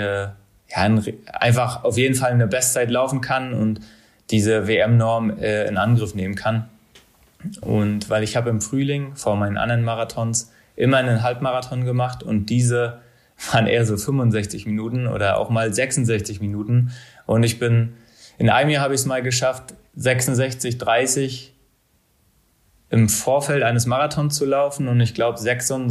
einfach auf jeden Fall eine Bestzeit laufen kann und diese WM-Norm in Angriff nehmen kann. Und weil ich habe im Frühling vor meinen anderen Marathons immer einen Halbmarathon gemacht und diese waren eher so 65 Minuten oder auch mal 66 Minuten. Und in einem Jahr habe ich es mal geschafft, 66,30 im Vorfeld eines Marathons zu laufen und ich glaube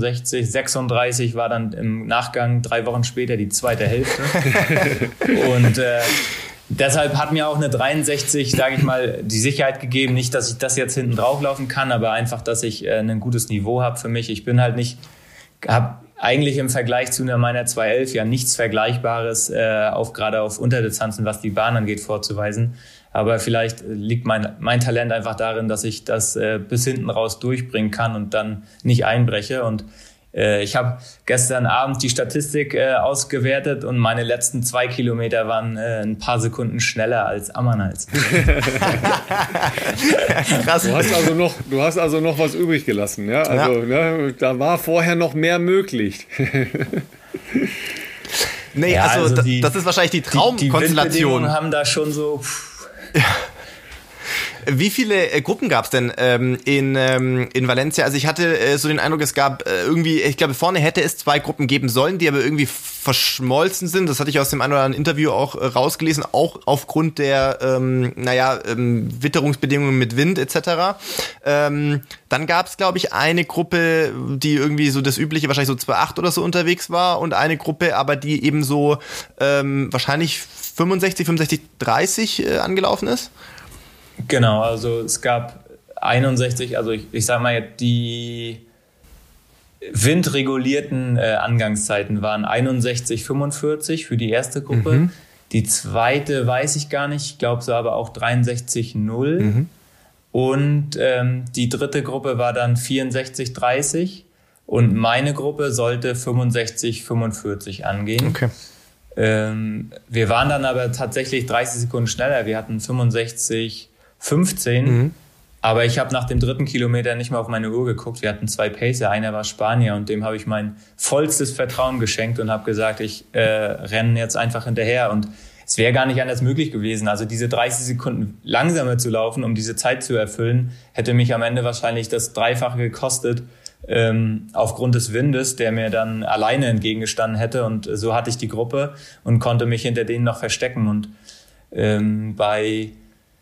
36 war dann im Nachgang 3 Wochen später die zweite Hälfte. Und deshalb hat mir auch eine 63, sage ich mal, die Sicherheit gegeben. Nicht, dass ich das jetzt hinten drauf laufen kann, aber einfach, dass ich ein gutes Niveau habe für mich. Ich bin halt nicht, habe eigentlich im Vergleich zu meiner 211 ja nichts Vergleichbares gerade auf Unterdistanzen, was die Bahn angeht, vorzuweisen. Aber vielleicht liegt mein Talent einfach darin, dass ich das bis hinten raus durchbringen kann und dann nicht einbreche. Und ich habe gestern Abend die Statistik ausgewertet und meine letzten 2 Kilometer waren ein paar Sekunden schneller als Ammanhals. Krass. Du hast also noch was übrig gelassen. Ja? Also, ja. Ne, da war vorher noch mehr möglich. Nee, ja, also das ist wahrscheinlich die Traumkonstellation. Die haben da schon so... Ja. Wie viele Gruppen gab es denn in Valencia? Also ich hatte so den Eindruck, es gab irgendwie, ich glaube vorne hätte es 2 Gruppen geben sollen, die aber irgendwie verschmolzen sind. Das hatte ich aus dem einen oder anderen Interview auch rausgelesen, auch aufgrund der Witterungsbedingungen mit Wind etc. Dann gab es, glaube ich, eine Gruppe, die irgendwie so das übliche, wahrscheinlich so 2,8 oder so unterwegs war und eine Gruppe, aber die eben so wahrscheinlich 65, 30 angelaufen ist. Genau, also es gab 61, also ich sag mal, die windregulierten Angangszeiten waren 61,45 für die erste Gruppe. Mhm. Die zweite weiß ich gar nicht, ich glaube so aber auch 63,0. Mhm. Und die dritte Gruppe war dann 64,30 und meine Gruppe sollte 65,45 angehen. Okay. Wir waren dann aber tatsächlich 30 Sekunden schneller. Wir hatten 65,15. Aber ich habe nach dem 3. Kilometer nicht mehr auf meine Uhr geguckt. Wir hatten 2 Pacer, einer war Spanier und dem habe ich mein vollstes Vertrauen geschenkt und habe gesagt, ich renne jetzt einfach hinterher. Und es wäre gar nicht anders möglich gewesen. Also diese 30 Sekunden langsamer zu laufen, um diese Zeit zu erfüllen, hätte mich am Ende wahrscheinlich das Dreifache gekostet. Aufgrund des Windes, der mir dann alleine entgegengestanden hätte. Und so hatte ich die Gruppe und konnte mich hinter denen noch verstecken. Und bei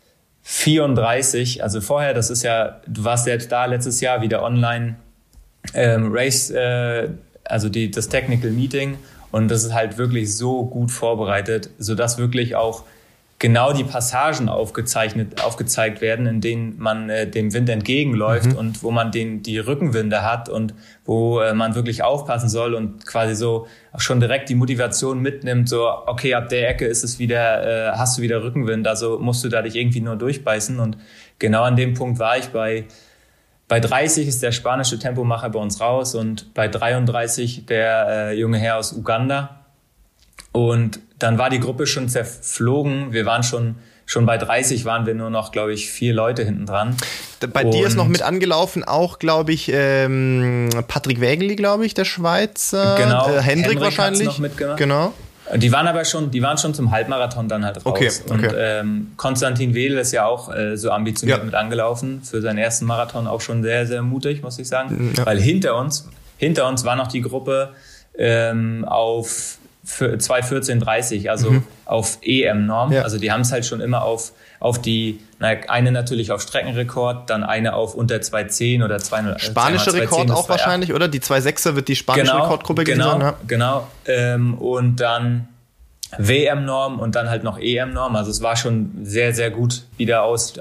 34, also vorher, das ist ja, du warst selbst da letztes Jahr wieder online Race, also das Technical Meeting. Und das ist halt wirklich so gut vorbereitet, sodass wirklich auch genau die Passagen aufgezeigt werden, in denen man dem Wind entgegenläuft und wo man die Rückenwinde hat und wo man wirklich aufpassen soll und quasi so schon direkt die Motivation mitnimmt, so okay, ab der Ecke ist es wieder, hast du wieder Rückenwind, also musst du da dich irgendwie nur durchbeißen. Und genau an dem Punkt war ich bei 30 ist der spanische Tempomacher bei uns raus und bei 33 der junge Herr aus Uganda. Und dann war die Gruppe schon zerflogen. Wir waren schon bei 30 waren wir nur noch, glaube ich, 4 Leute hinten dran. Bei dir ist noch mit angelaufen auch, glaube ich, Patrick Wägeli, glaube ich, der Schweizer. Genau. Hendrik wahrscheinlich. Noch mitgemacht. Genau. Die waren schon zum Halbmarathon dann halt raus. Okay. Und Konstantin Wedel ist ja auch so ambitioniert mit angelaufen. Für seinen ersten Marathon auch schon sehr, sehr mutig, muss ich sagen. Ja. Weil hinter uns war noch die Gruppe auf 2:14:30, also auf EM-Norm. Ja. Also die haben es halt schon immer auf die, eine natürlich auf Streckenrekord, dann eine auf unter 2:10 oder 2:0. Spanische Rekord auch wahrscheinlich, oder? Die 2:6er wird die spanische Rekordgruppe gewesen sein. Ja. Genau. Und dann WM-Norm und dann halt noch EM-Norm. Also es war schon sehr, sehr gut wieder auf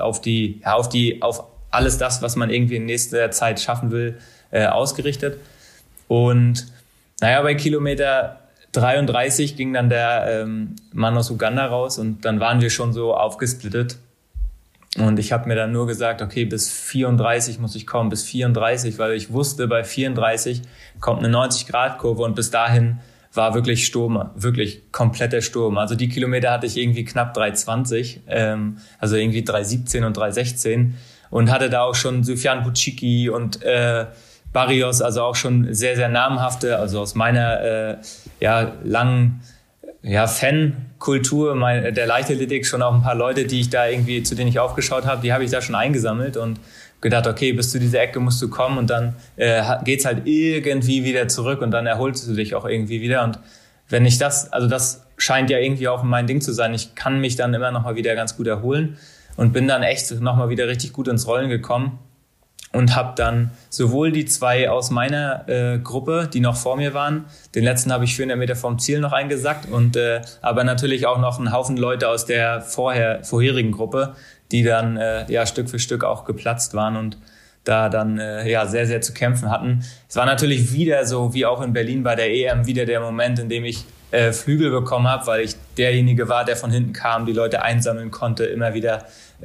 alles das, was man irgendwie in nächster Zeit schaffen will, ausgerichtet. Und bei Kilometer 33 ging dann der Mann aus Uganda raus und dann waren wir schon so aufgesplittet. Und ich habe mir dann nur gesagt, okay, bis 34 muss ich kommen, bis 34, weil ich wusste, bei 34 kommt eine 90-Grad-Kurve und bis dahin war wirklich Sturm, wirklich kompletter Sturm. Also die Kilometer hatte ich irgendwie knapp 3:20, also irgendwie 3:17 und 3:16 und hatte da auch schon Sufjan Buciki und Barrios, also auch schon sehr, sehr namhafte, also aus meiner langen Fankultur der Leichtathletik schon auch ein paar Leute, zu denen ich aufgeschaut habe, die habe ich da schon eingesammelt und gedacht, okay, bis zu dieser Ecke musst du kommen und dann geht's halt irgendwie wieder zurück und dann erholst du dich auch irgendwie wieder. Und wenn ich das scheint ja irgendwie auch mein Ding zu sein, ich kann mich dann immer noch mal wieder ganz gut erholen und bin dann echt noch mal wieder richtig gut ins Rollen gekommen. und habe dann sowohl die 2 aus meiner Gruppe, die noch vor mir waren, den letzten habe ich 400 Meter vom Ziel noch eingesackt, und aber natürlich auch noch einen Haufen Leute aus der vorherigen Gruppe, die dann Stück für Stück auch geplatzt waren und da dann sehr, sehr zu kämpfen hatten. Es war natürlich wieder so, wie auch in Berlin bei der EM, wieder der Moment, in dem ich Flügel bekommen habe, weil ich derjenige war, der von hinten kam, die Leute einsammeln konnte, immer wieder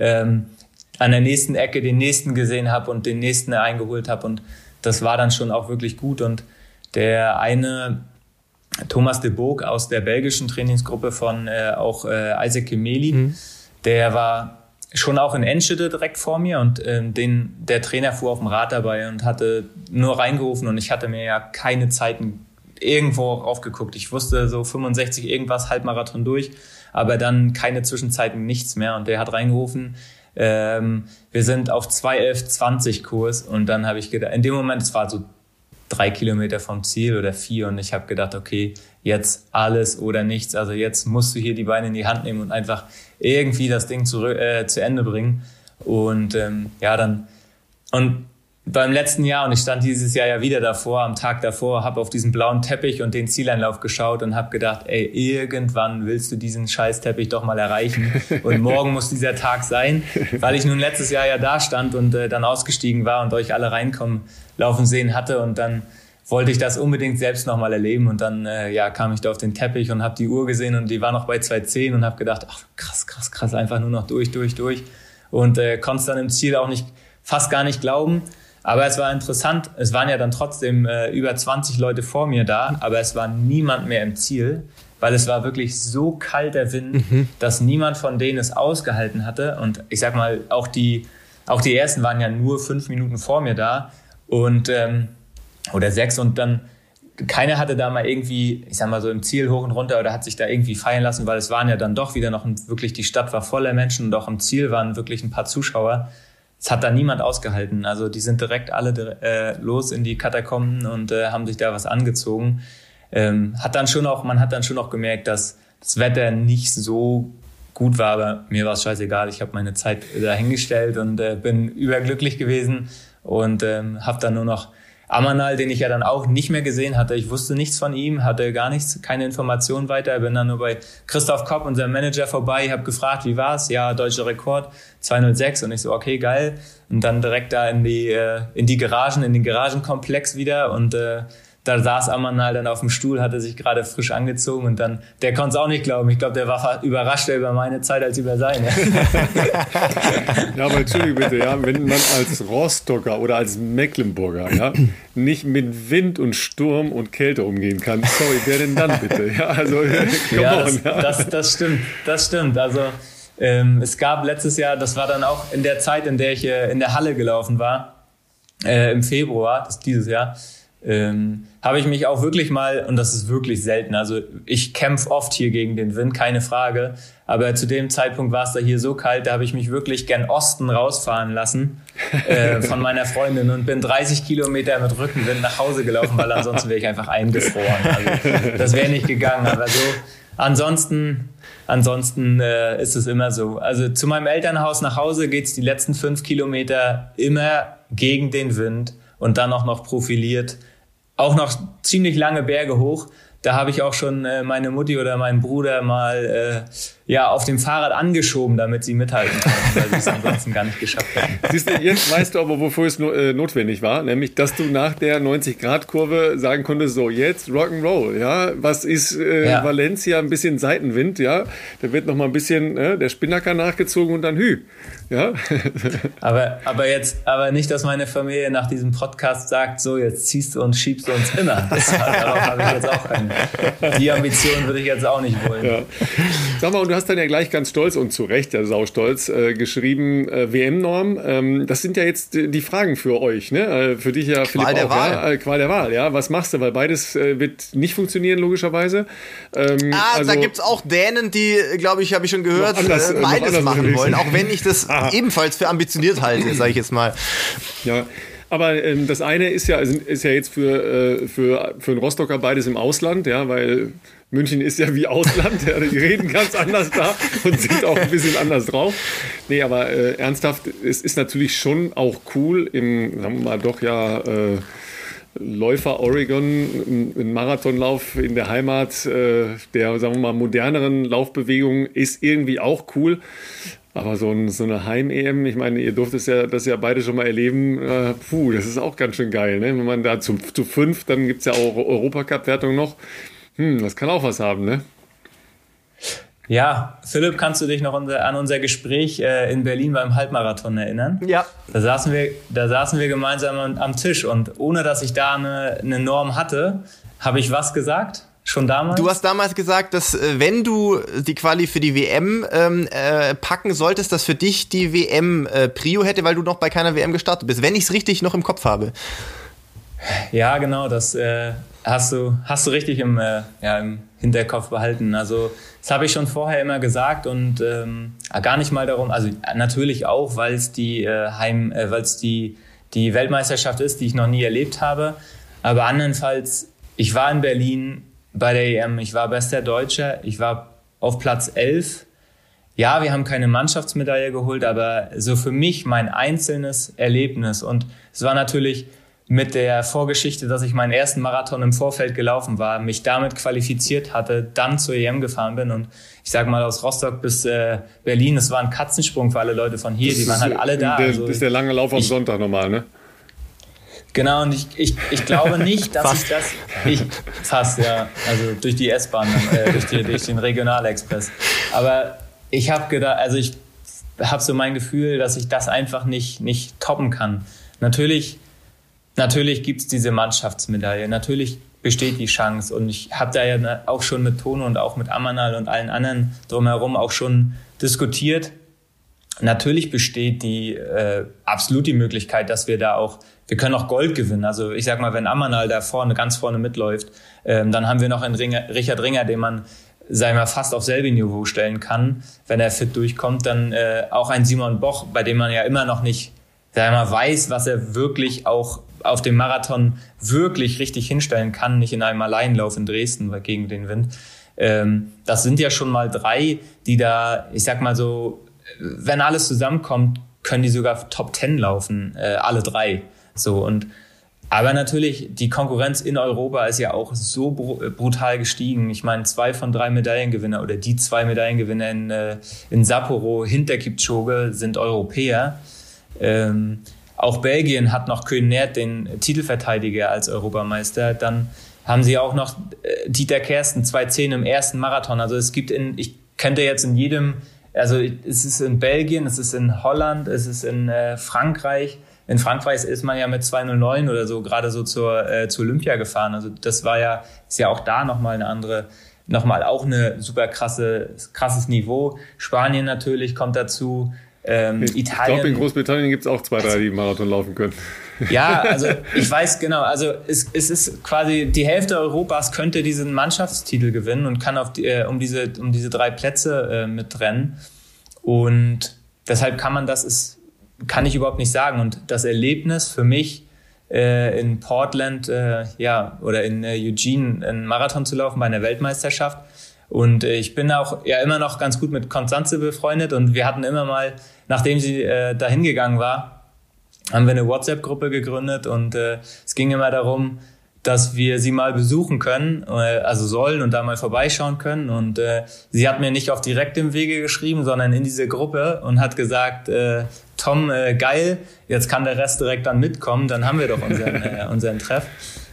an der nächsten Ecke den nächsten gesehen habe und den nächsten eingeholt habe, und das war dann schon auch wirklich gut. Und der eine, Thomas de Boek aus der belgischen Trainingsgruppe von Isaac Kemeli, der war schon auch in Enschede direkt vor mir, und der Trainer fuhr auf dem Rad dabei und hatte nur reingerufen, und ich hatte mir ja keine Zeiten irgendwo aufgeguckt. Ich wusste so 65 irgendwas, Halbmarathon durch, aber dann keine Zwischenzeiten, nichts mehr, und der hat reingerufen, wir sind auf 2:11:20 Kurs, und dann habe ich gedacht, in dem Moment, es war so 3 Kilometer vom Ziel oder 4, und ich habe gedacht, okay, jetzt alles oder nichts, also jetzt musst du hier die Beine in die Hand nehmen und einfach irgendwie das Ding zu Ende bringen. Und und beim letzten Jahr, und ich stand dieses Jahr ja wieder davor, am Tag davor, habe auf diesen blauen Teppich und den Zieleinlauf geschaut und habe gedacht, ey, irgendwann willst du diesen Scheiß-Teppich doch mal erreichen, und morgen muss dieser Tag sein, weil ich nun letztes Jahr ja da stand und dann ausgestiegen war und euch alle laufen sehen hatte, und dann wollte ich das unbedingt selbst nochmal erleben, und dann kam ich da auf den Teppich und habe die Uhr gesehen, und die war noch bei 2:10, und habe gedacht, ach krass, einfach nur noch durch, und konnte es dann im Ziel auch fast gar nicht glauben. Aber es war interessant, es waren ja dann trotzdem über 20 Leute vor mir da, aber es war niemand mehr im Ziel, weil es war wirklich so kalter Wind, dass niemand von denen es ausgehalten hatte. Und ich sag mal, auch die ersten waren ja nur 5 Minuten vor mir da, und oder 6, und dann keiner hatte da mal irgendwie, ich sag mal so im Ziel hoch und runter, oder hat sich da irgendwie feiern lassen, weil es waren ja dann doch wieder noch wirklich, die Stadt war voller Menschen, und auch im Ziel waren wirklich ein paar Zuschauer. Es hat da niemand ausgehalten. Also die sind direkt alle los in die Katakomben und haben sich da was angezogen. Man hat dann schon auch gemerkt, dass das Wetter nicht so gut war, aber mir war es scheißegal. Ich habe meine Zeit dahingestellt und bin überglücklich gewesen, und habe dann nur noch Amanal, den ich ja dann auch nicht mehr gesehen hatte. Ich wusste nichts von ihm, hatte gar nichts, keine Informationen weiter. Bin dann nur bei Christoph Kopp, unserem Manager, vorbei, habe gefragt, wie war's? Ja, deutscher Rekord, 2:06. Und ich so, okay, geil. Und dann direkt da in die Garagen, in den Garagenkomplex wieder, und da saß Amanal dann auf dem Stuhl, hatte sich gerade frisch angezogen, und dann, der konnte es auch nicht glauben. Ich glaube, der war überraschter über meine Zeit als über seine. Ja, aber entschuldige bitte, ja, wenn man als Rostocker oder als Mecklenburger, ja, nicht mit Wind und Sturm und Kälte umgehen kann, sorry, wer denn dann bitte? Ja, also, das stimmt. Also, es gab letztes Jahr, das war dann auch in der Zeit, in der ich in der Halle gelaufen war, im Februar, dieses Jahr, habe ich mich auch wirklich mal, und das ist wirklich selten, also ich kämpfe oft hier gegen den Wind, keine Frage, aber zu dem Zeitpunkt war es da hier so kalt, da habe ich mich wirklich gern Osten rausfahren lassen von meiner Freundin, und bin 30 Kilometer mit Rückenwind nach Hause gelaufen, weil ansonsten wäre ich einfach eingefroren. Also das wäre nicht gegangen, aber so ansonsten ist es immer so. Also zu meinem Elternhaus nach Hause geht's die letzten 5 Kilometer immer gegen den Wind, und dann auch noch profiliert. Auch noch ziemlich lange Berge hoch. Da habe ich auch schon meine Mutti oder meinen Bruder mal auf dem Fahrrad angeschoben, damit sie mithalten konnten, weil sie es ansonsten gar nicht geschafft hätten. Siehst du, jetzt weißt du aber, wofür es notwendig war, nämlich, dass du nach der 90-Grad-Kurve sagen konntest, so jetzt Rock'n'Roll, ja, was ist Valencia, ein bisschen Seitenwind, ja, da wird noch mal ein bisschen der Spinnaker nachgezogen und dann ja. Aber nicht, dass meine Familie nach diesem Podcast sagt, so jetzt ziehst du und schiebst du uns immer. Darauf habe ich jetzt auch die Ambition würde ich jetzt auch nicht wollen. Ja. Sag mal, und du hast dann ja gleich ganz stolz, und zu Recht, ja saustolz, geschrieben, WM-Norm. Das sind ja jetzt die Fragen für euch, ne? Für dich ja, Philipp, auch. Ja? Qual der Wahl, ja. Was machst du? Weil beides wird nicht funktionieren, logischerweise. Da gibt's auch Dänen, die, glaube ich, habe ich schon gehört, beides machen wollen, auch wenn ich das ebenfalls für ambitioniert halte, sage ich jetzt mal. Ja. Aber das eine ist ja jetzt für einen Rostocker beides im Ausland, ja, weil München ist ja wie Ausland, ja, die reden ganz anders da und sind auch ein bisschen anders drauf. Nee, aber ernsthaft, es ist natürlich schon auch cool im, sagen wir mal, doch ja Läufer Oregon, ein Marathonlauf in der Heimat der, sagen wir mal, moderneren Laufbewegung ist irgendwie auch cool. Aber so eine Heim-EM, ich meine, ihr durftet das ja beide schon mal erleben, das ist auch ganz schön geil, ne? Wenn man da zu 5, dann gibt es ja auch Europacup-Wertung noch. Das kann auch was haben, ne? Ja, Philipp, kannst du dich noch an unser Gespräch in Berlin beim Halbmarathon erinnern? Ja. Da saßen wir gemeinsam am Tisch und ohne, dass ich da eine Norm hatte, habe ich was gesagt? Schon damals? Du hast damals gesagt, dass wenn du die Quali für die WM packen solltest, dass für dich die WM Prio hätte, weil du noch bei keiner WM gestartet bist, wenn ich es richtig noch im Kopf habe. Ja, genau, das hast du richtig im Hinterkopf behalten. Also das habe ich schon vorher immer gesagt und gar nicht mal darum, also natürlich auch, weil es die Weltmeisterschaft ist, die ich noch nie erlebt habe, aber andernfalls, ich war in Berlin bei der EM, ich war bester Deutscher, ich war auf Platz 11. Ja, wir haben keine Mannschaftsmedaille geholt, aber so für mich mein einzelnes Erlebnis. Und es war natürlich mit der Vorgeschichte, dass ich meinen ersten Marathon im Vorfeld gelaufen war, mich damit qualifiziert hatte, dann zur EM gefahren bin. Und ich sag mal, aus Rostock bis Berlin, es war ein Katzensprung für alle Leute von hier, die waren halt alle da. Das ist der lange Lauf am Sonntag normal, ne? Genau, und ich glaube nicht, dass fast, ja, also durch die S-Bahn, durch den Regionalexpress. Aber ich habe gedacht, also ich habe so mein Gefühl, dass ich das einfach nicht toppen kann. Natürlich gibt's diese Mannschaftsmedaille, natürlich besteht die Chance und ich habe da ja auch schon mit Tono und auch mit Amanal und allen anderen drumherum auch schon diskutiert. Natürlich besteht absolut die Möglichkeit, dass wir können auch Gold gewinnen. Also ich sag mal, wenn Amanal da ganz vorne mitläuft, dann haben wir noch einen Richard Ringer, den man, sagen wir, fast auf selbe Niveau stellen kann, wenn er fit durchkommt. Dann auch ein Simon Boch, bei dem man ja immer noch nicht, sagen wir mal, weiß, was er wirklich auch auf dem Marathon wirklich richtig hinstellen kann, nicht in einem Alleinlauf in Dresden gegen den Wind. Das sind ja schon mal 3, die da, ich sag mal so, wenn alles zusammenkommt, können die sogar Top 10 laufen, alle 3. So, aber natürlich, die Konkurrenz in Europa ist ja auch so brutal gestiegen. Ich meine, 2 von 3 Medaillengewinner oder die 2 Medaillengewinner in Sapporo hinter Kipchoge sind Europäer. Auch Belgien hat noch Koen-Neert, den Titelverteidiger, als Europameister. Dann haben sie auch noch Dieter Kersten, 2:10 im ersten Marathon. Also ich könnte jetzt in jedem, also es ist in Belgien, es ist in Holland, es ist in Frankreich. In Frankreich ist man ja mit 2:09 oder so gerade so zur Olympia gefahren. Also das ist ja auch da nochmal auch eine super krasses Niveau. Spanien natürlich kommt dazu. Italien. Ich glaube, in Großbritannien gibt es auch 2, 3, die Marathon laufen können. Ja, also ich weiß genau, also es ist quasi die Hälfte Europas könnte diesen Mannschaftstitel gewinnen und kann um diese 3 Plätze mitrennen. Und deshalb kann ich überhaupt nicht sagen. Und das Erlebnis für mich in Portland oder in Eugene einen Marathon zu laufen bei einer Weltmeisterschaft. Und ich bin auch ja immer noch ganz gut mit Constanze befreundet und wir hatten immer mal, nachdem sie dahin gegangen war, haben wir eine WhatsApp-Gruppe gegründet und es ging immer darum, dass wir sie mal besuchen können, sollen und da mal vorbeischauen können. Und sie hat mir nicht auf direktem Wege geschrieben, sondern in diese Gruppe und hat gesagt, Tom, geil, jetzt kann der Rest direkt dann mitkommen, dann haben wir doch unseren Treff.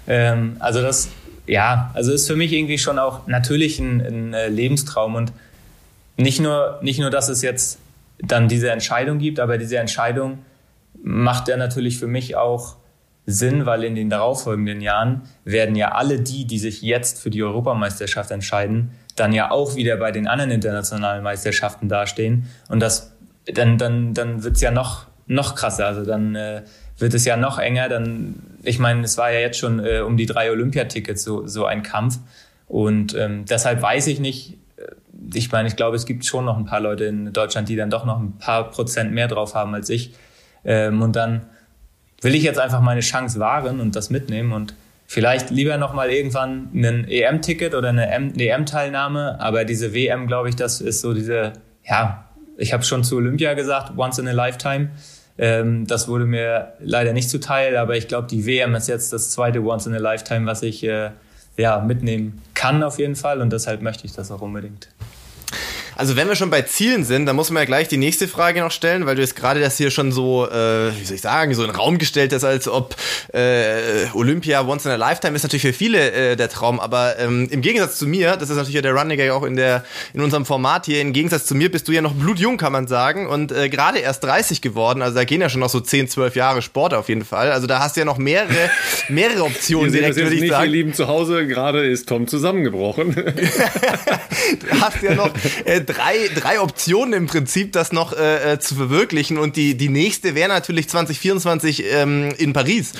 Also ist für mich irgendwie schon auch natürlich ein Lebenstraum und nicht nur, dass es jetzt dann diese Entscheidung gibt, aber diese Entscheidung macht ja natürlich für mich auch Sinn, weil in den darauffolgenden Jahren werden ja alle die sich jetzt für die Europameisterschaft entscheiden, dann ja auch wieder bei den anderen internationalen Meisterschaften dastehen und dann wird's ja noch krasser, also dann wird es ja noch enger, ich meine, es war ja jetzt schon um die 3 Olympiatickets so ein Kampf und deshalb weiß ich nicht, ich meine, ich glaube, es gibt schon noch ein paar Leute in Deutschland, die dann doch noch ein paar Prozent mehr drauf haben als ich und dann will ich jetzt einfach meine Chance wahren und das mitnehmen und vielleicht lieber nochmal irgendwann ein EM-Ticket oder eine EM-Teilnahme, aber diese WM, glaube ich, das ist so diese, ja, ich habe schon zu Olympia gesagt, once in a lifetime. Das wurde mir leider nicht zuteil, aber ich glaube, die WM ist jetzt das zweite once in a lifetime, was ich mitnehmen kann auf jeden Fall und deshalb möchte ich das auch unbedingt. Also wenn wir schon bei Zielen sind, dann muss man ja gleich die nächste Frage noch stellen, weil du jetzt gerade das hier schon so, wie soll ich sagen, so in den Raum gestellt hast, als ob Olympia once in a lifetime ist natürlich für viele der Traum, aber im Gegensatz zu mir, das ist natürlich der Running Gag auch in unserem Format hier, im Gegensatz zu mir bist du ja noch blutjung, kann man sagen, und gerade erst 30 geworden, also da gehen ja schon noch so 10, 12 Jahre Sport auf jeden Fall, also da hast du ja noch mehrere Optionen direkt, würde ich sagen. Ihr Lieben zu Hause, gerade ist Tom zusammengebrochen. Du hast ja noch drei Optionen im Prinzip, das noch zu verwirklichen und die nächste wäre natürlich 2024 in Paris.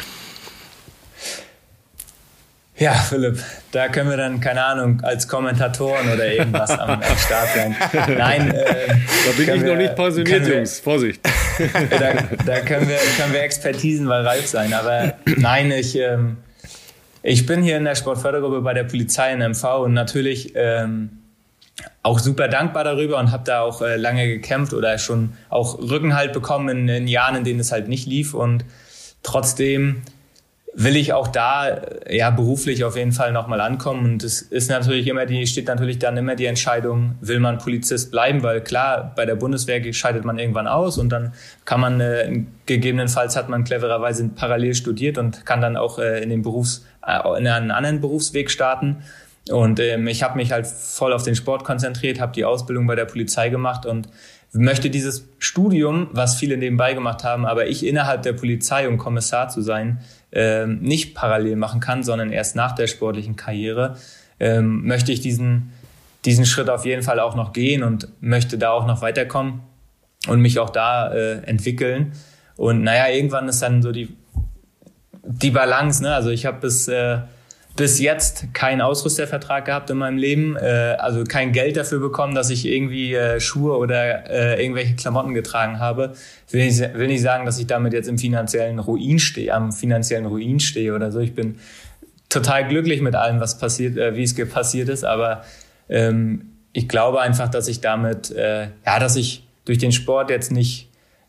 Ja, Philipp, da können wir dann, keine Ahnung, als Kommentatoren oder irgendwas am Start sein. Nein, da bin ich noch nicht pensioniert, Jungs. Vorsicht. Da können wir Expertisen bei Ralf sein. Aber nein, ich bin hier in der Sportfördergruppe bei der Polizei in MV und natürlich auch super dankbar darüber und habe da auch lange gekämpft oder schon auch Rückenhalt bekommen in Jahren, in denen es halt nicht lief. Und trotzdem will ich auch da beruflich auf jeden Fall nochmal ankommen. Und es ist natürlich steht natürlich dann immer die Entscheidung, will man Polizist bleiben? Weil klar, bei der Bundeswehr scheidet man irgendwann aus und dann kann man, gegebenenfalls hat man clevererweise parallel studiert und kann dann auch in einen anderen Berufsweg starten. Und ich habe mich halt voll auf den Sport konzentriert, habe die Ausbildung bei der Polizei gemacht und möchte dieses Studium, was viele nebenbei gemacht haben, aber ich innerhalb der Polizei, um Kommissar zu sein, nicht parallel machen kann, sondern erst nach der sportlichen Karriere, möchte ich diesen Schritt auf jeden Fall auch noch gehen und möchte da auch noch weiterkommen und mich auch da entwickeln. Und irgendwann ist dann so die Balance, ne? Also ich habe bis jetzt keinen Ausrüstervertrag gehabt in meinem Leben, also kein Geld dafür bekommen, dass ich irgendwie Schuhe oder irgendwelche Klamotten getragen habe. Will nicht sagen, dass ich damit jetzt am finanziellen Ruin stehe oder so. Ich bin total glücklich mit allem, was passiert, wie es passiert ist, aber ich glaube einfach, dass ich damit, dass ich durch den Sport jetzt nicht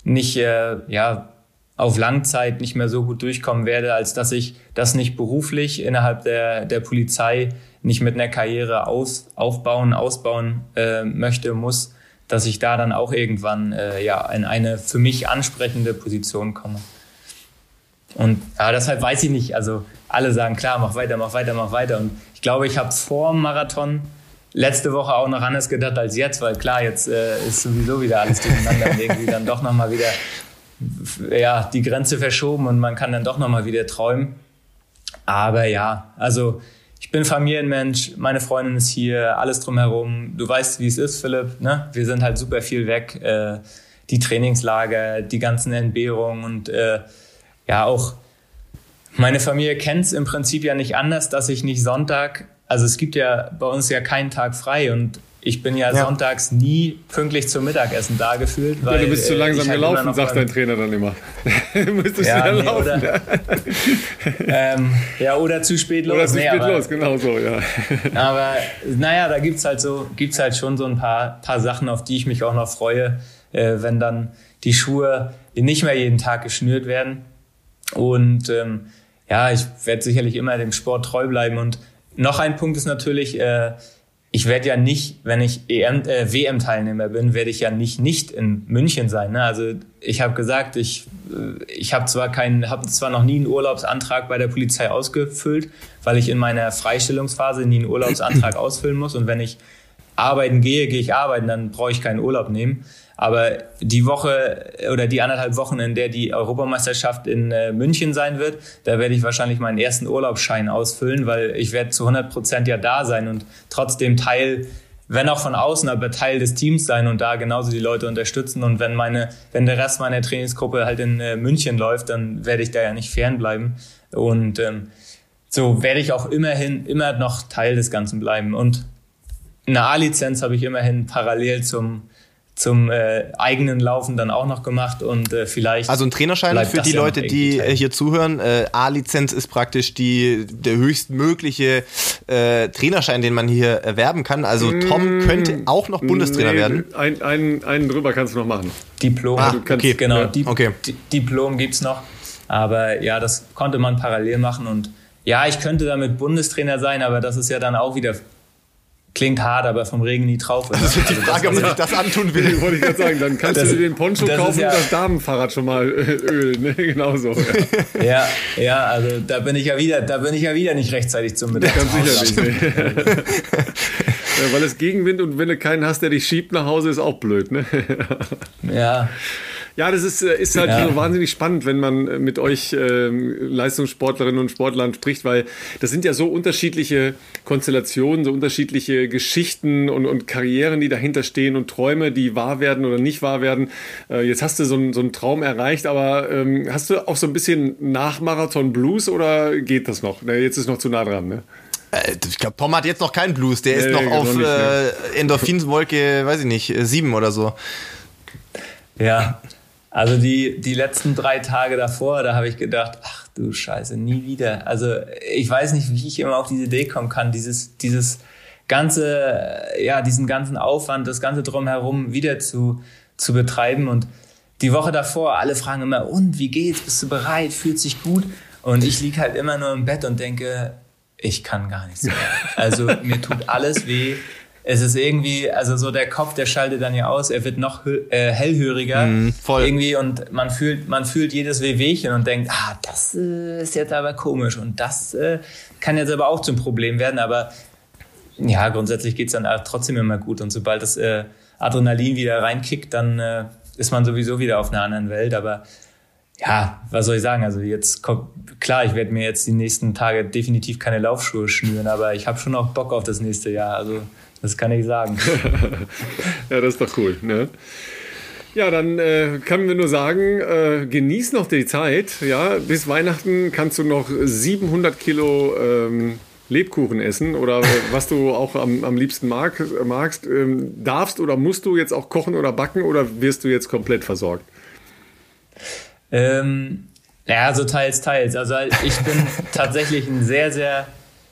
auf Langzeit nicht mehr so gut durchkommen werde, als dass ich das nicht beruflich innerhalb der Polizei nicht mit einer Karriere ausbauen muss, dass ich da dann auch irgendwann in eine für mich ansprechende Position komme. Und deshalb weiß ich nicht, also alle sagen, klar, mach weiter. Und ich glaube, ich habe vor dem Marathon letzte Woche auch noch anders gedacht als jetzt, weil klar, jetzt ist sowieso wieder alles durcheinander und irgendwie dann doch nochmal wieder die Grenze verschoben und man kann dann doch nochmal wieder träumen. Aber also ich bin Familienmensch, meine Freundin ist hier, alles drumherum. Du weißt, wie es ist, Philipp, ne? Wir sind halt super viel weg. Die Trainingslager, die ganzen Entbehrungen und auch meine Familie kennt es im Prinzip ja nicht anders, dass ich nicht Sonntag, also es gibt ja bei uns ja keinen Tag frei und ich bin sonntags nie pünktlich zum Mittagessen da gefühlt. Weil, du bist zu langsam gelaufen, sagt dein Trainer dann immer. Du müsstest schneller laufen. Oder zu spät los. Oder zu spät los, genau so, ja. Aber da gibt's halt schon so ein paar Sachen, auf die ich mich auch noch freue, wenn dann die Schuhe nicht mehr jeden Tag geschnürt werden. Und ich werde sicherlich immer dem Sport treu bleiben. Und noch ein Punkt ist natürlich, ich werde ja nicht, wenn ich WM-Teilnehmer bin, werde ich ja nicht in München sein. Ne? Also ich habe gesagt, ich habe zwar noch nie einen Urlaubsantrag bei der Polizei ausgefüllt, weil ich in meiner Freistellungsphase nie einen Urlaubsantrag ausfüllen muss. Und wenn ich arbeiten gehe ich arbeiten, dann brauche ich keinen Urlaub nehmen. Aber die Woche oder die 1,5 Wochen, in der die Europameisterschaft in München sein wird, da werde ich wahrscheinlich meinen ersten Urlaubsschein ausfüllen, weil ich werde zu 100% ja da sein und trotzdem Teil, wenn auch von außen, aber Teil des Teams sein und da genauso die Leute unterstützen. Und wenn der Rest meiner Trainingsgruppe halt in München läuft, dann werde ich da ja nicht fernbleiben. Und so werde ich auch immer noch Teil des Ganzen bleiben. Und eine A-Lizenz habe ich immerhin parallel zum zum eigenen Laufen dann auch noch gemacht und vielleicht. Also ein Trainerschein für die Leute, die hier zuhören. A-Lizenz ist praktisch der höchstmögliche Trainerschein, den man hier erwerben kann. Also Tom könnte auch noch Bundestrainer werden. Einen drüber kannst du noch machen. Diplom. Okay. Genau, Diplom gibt's noch. Aber ja, das konnte man parallel machen und ja, ich könnte damit Bundestrainer sein, aber das ist ja dann auch wieder. Klingt hart, aber vom Regen nie Traufe. Das ist die Frage, ob man sich das antun will. Wollte ich gerade sagen, dann kannst du dir den Poncho kaufen und das Damenfahrrad schon mal ölen. Ne? Genauso. Ja, also da bin ich ja wieder nicht rechtzeitig zum Mittag. Ganz sicher nicht. Ja, weil es Gegenwind und wenn du keinen hast, der dich schiebt nach Hause, ist auch blöd. Ne? Ja. Ja, das ist halt so wahnsinnig spannend, wenn man mit euch Leistungssportlerinnen und Sportlern spricht, weil das sind ja so unterschiedliche Konstellationen, so unterschiedliche Geschichten und Karrieren, die dahinter stehen und Träume, die wahr werden oder nicht wahr werden. Jetzt hast du so einen Traum erreicht, aber hast du auch so ein bisschen Nachmarathon Blues oder geht das noch? Jetzt ist noch zu nah dran, ne? Ich glaube, Tom hat jetzt noch keinen Blues, der ist noch auf Endorphinwolke, weiß ich nicht, 7 oder so. Ja. Also die letzten 3 Tage davor, da habe ich gedacht, ach du Scheiße, nie wieder. Also ich weiß nicht, wie ich immer auf diese Idee kommen kann, dieses ganze, diesen ganzen Aufwand, das ganze Drumherum wieder zu betreiben. Und die Woche davor, alle fragen immer, und wie geht's? Bist du bereit? Fühlt sich gut? Und ich liege halt immer nur im Bett und denke, ich kann gar nichts mehr. Also mir tut alles weh. Es ist irgendwie, also so der Kopf, der schaltet dann ja aus, er wird noch hellhöriger voll. Irgendwie und man fühlt jedes Wehwehchen und denkt, das ist jetzt aber komisch und das kann jetzt aber auch zum Problem werden, aber ja, grundsätzlich geht's dann trotzdem immer gut und sobald das Adrenalin wieder reinkickt, dann ist man sowieso wieder auf einer anderen Welt, aber ja, was soll ich sagen, also jetzt kommt, klar, ich werde mir jetzt die nächsten Tage definitiv keine Laufschuhe schnüren, aber ich habe schon auch Bock auf das nächste Jahr, also das kann ich sagen. Ja, das ist doch cool. Ne? Ja, dann können wir nur sagen, genieß noch die Zeit. Ja, bis Weihnachten kannst du noch 700 Kilo Lebkuchen essen oder was du auch am liebsten magst. Darfst oder musst du jetzt auch kochen oder backen oder wirst du jetzt komplett versorgt? Ja, so teils. Also ich bin tatsächlich ein sehr, sehr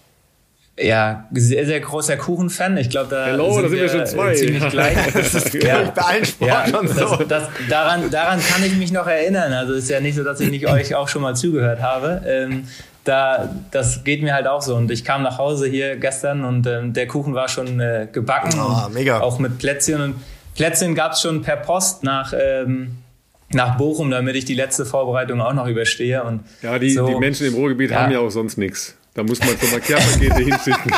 großer Kuchenfan. Ich glaube, da sind wir schon 2. Ziemlich gleich. Das ist bei allen Sportlern so. Daran kann ich mich noch erinnern. Also es ist ja nicht so, dass ich nicht euch auch schon mal zugehört habe. Das geht mir halt auch so. Und ich kam nach Hause hier gestern und der Kuchen war schon gebacken. Und mega. Auch mit Plätzchen. Und Plätzchen gab es schon per Post nach Bochum, damit ich die letzte Vorbereitung auch noch überstehe. Und ja, die Menschen im Ruhrgebiet haben ja auch sonst nichts. Da muss man schon mal Care-Pakete hinschicken.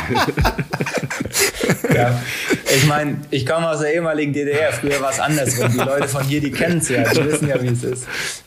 Ja, ich meine, ich komme aus der ehemaligen DDR. Früher war es andersrum. Die Leute von hier, die kennen es ja. Die wissen ja, wie es ist.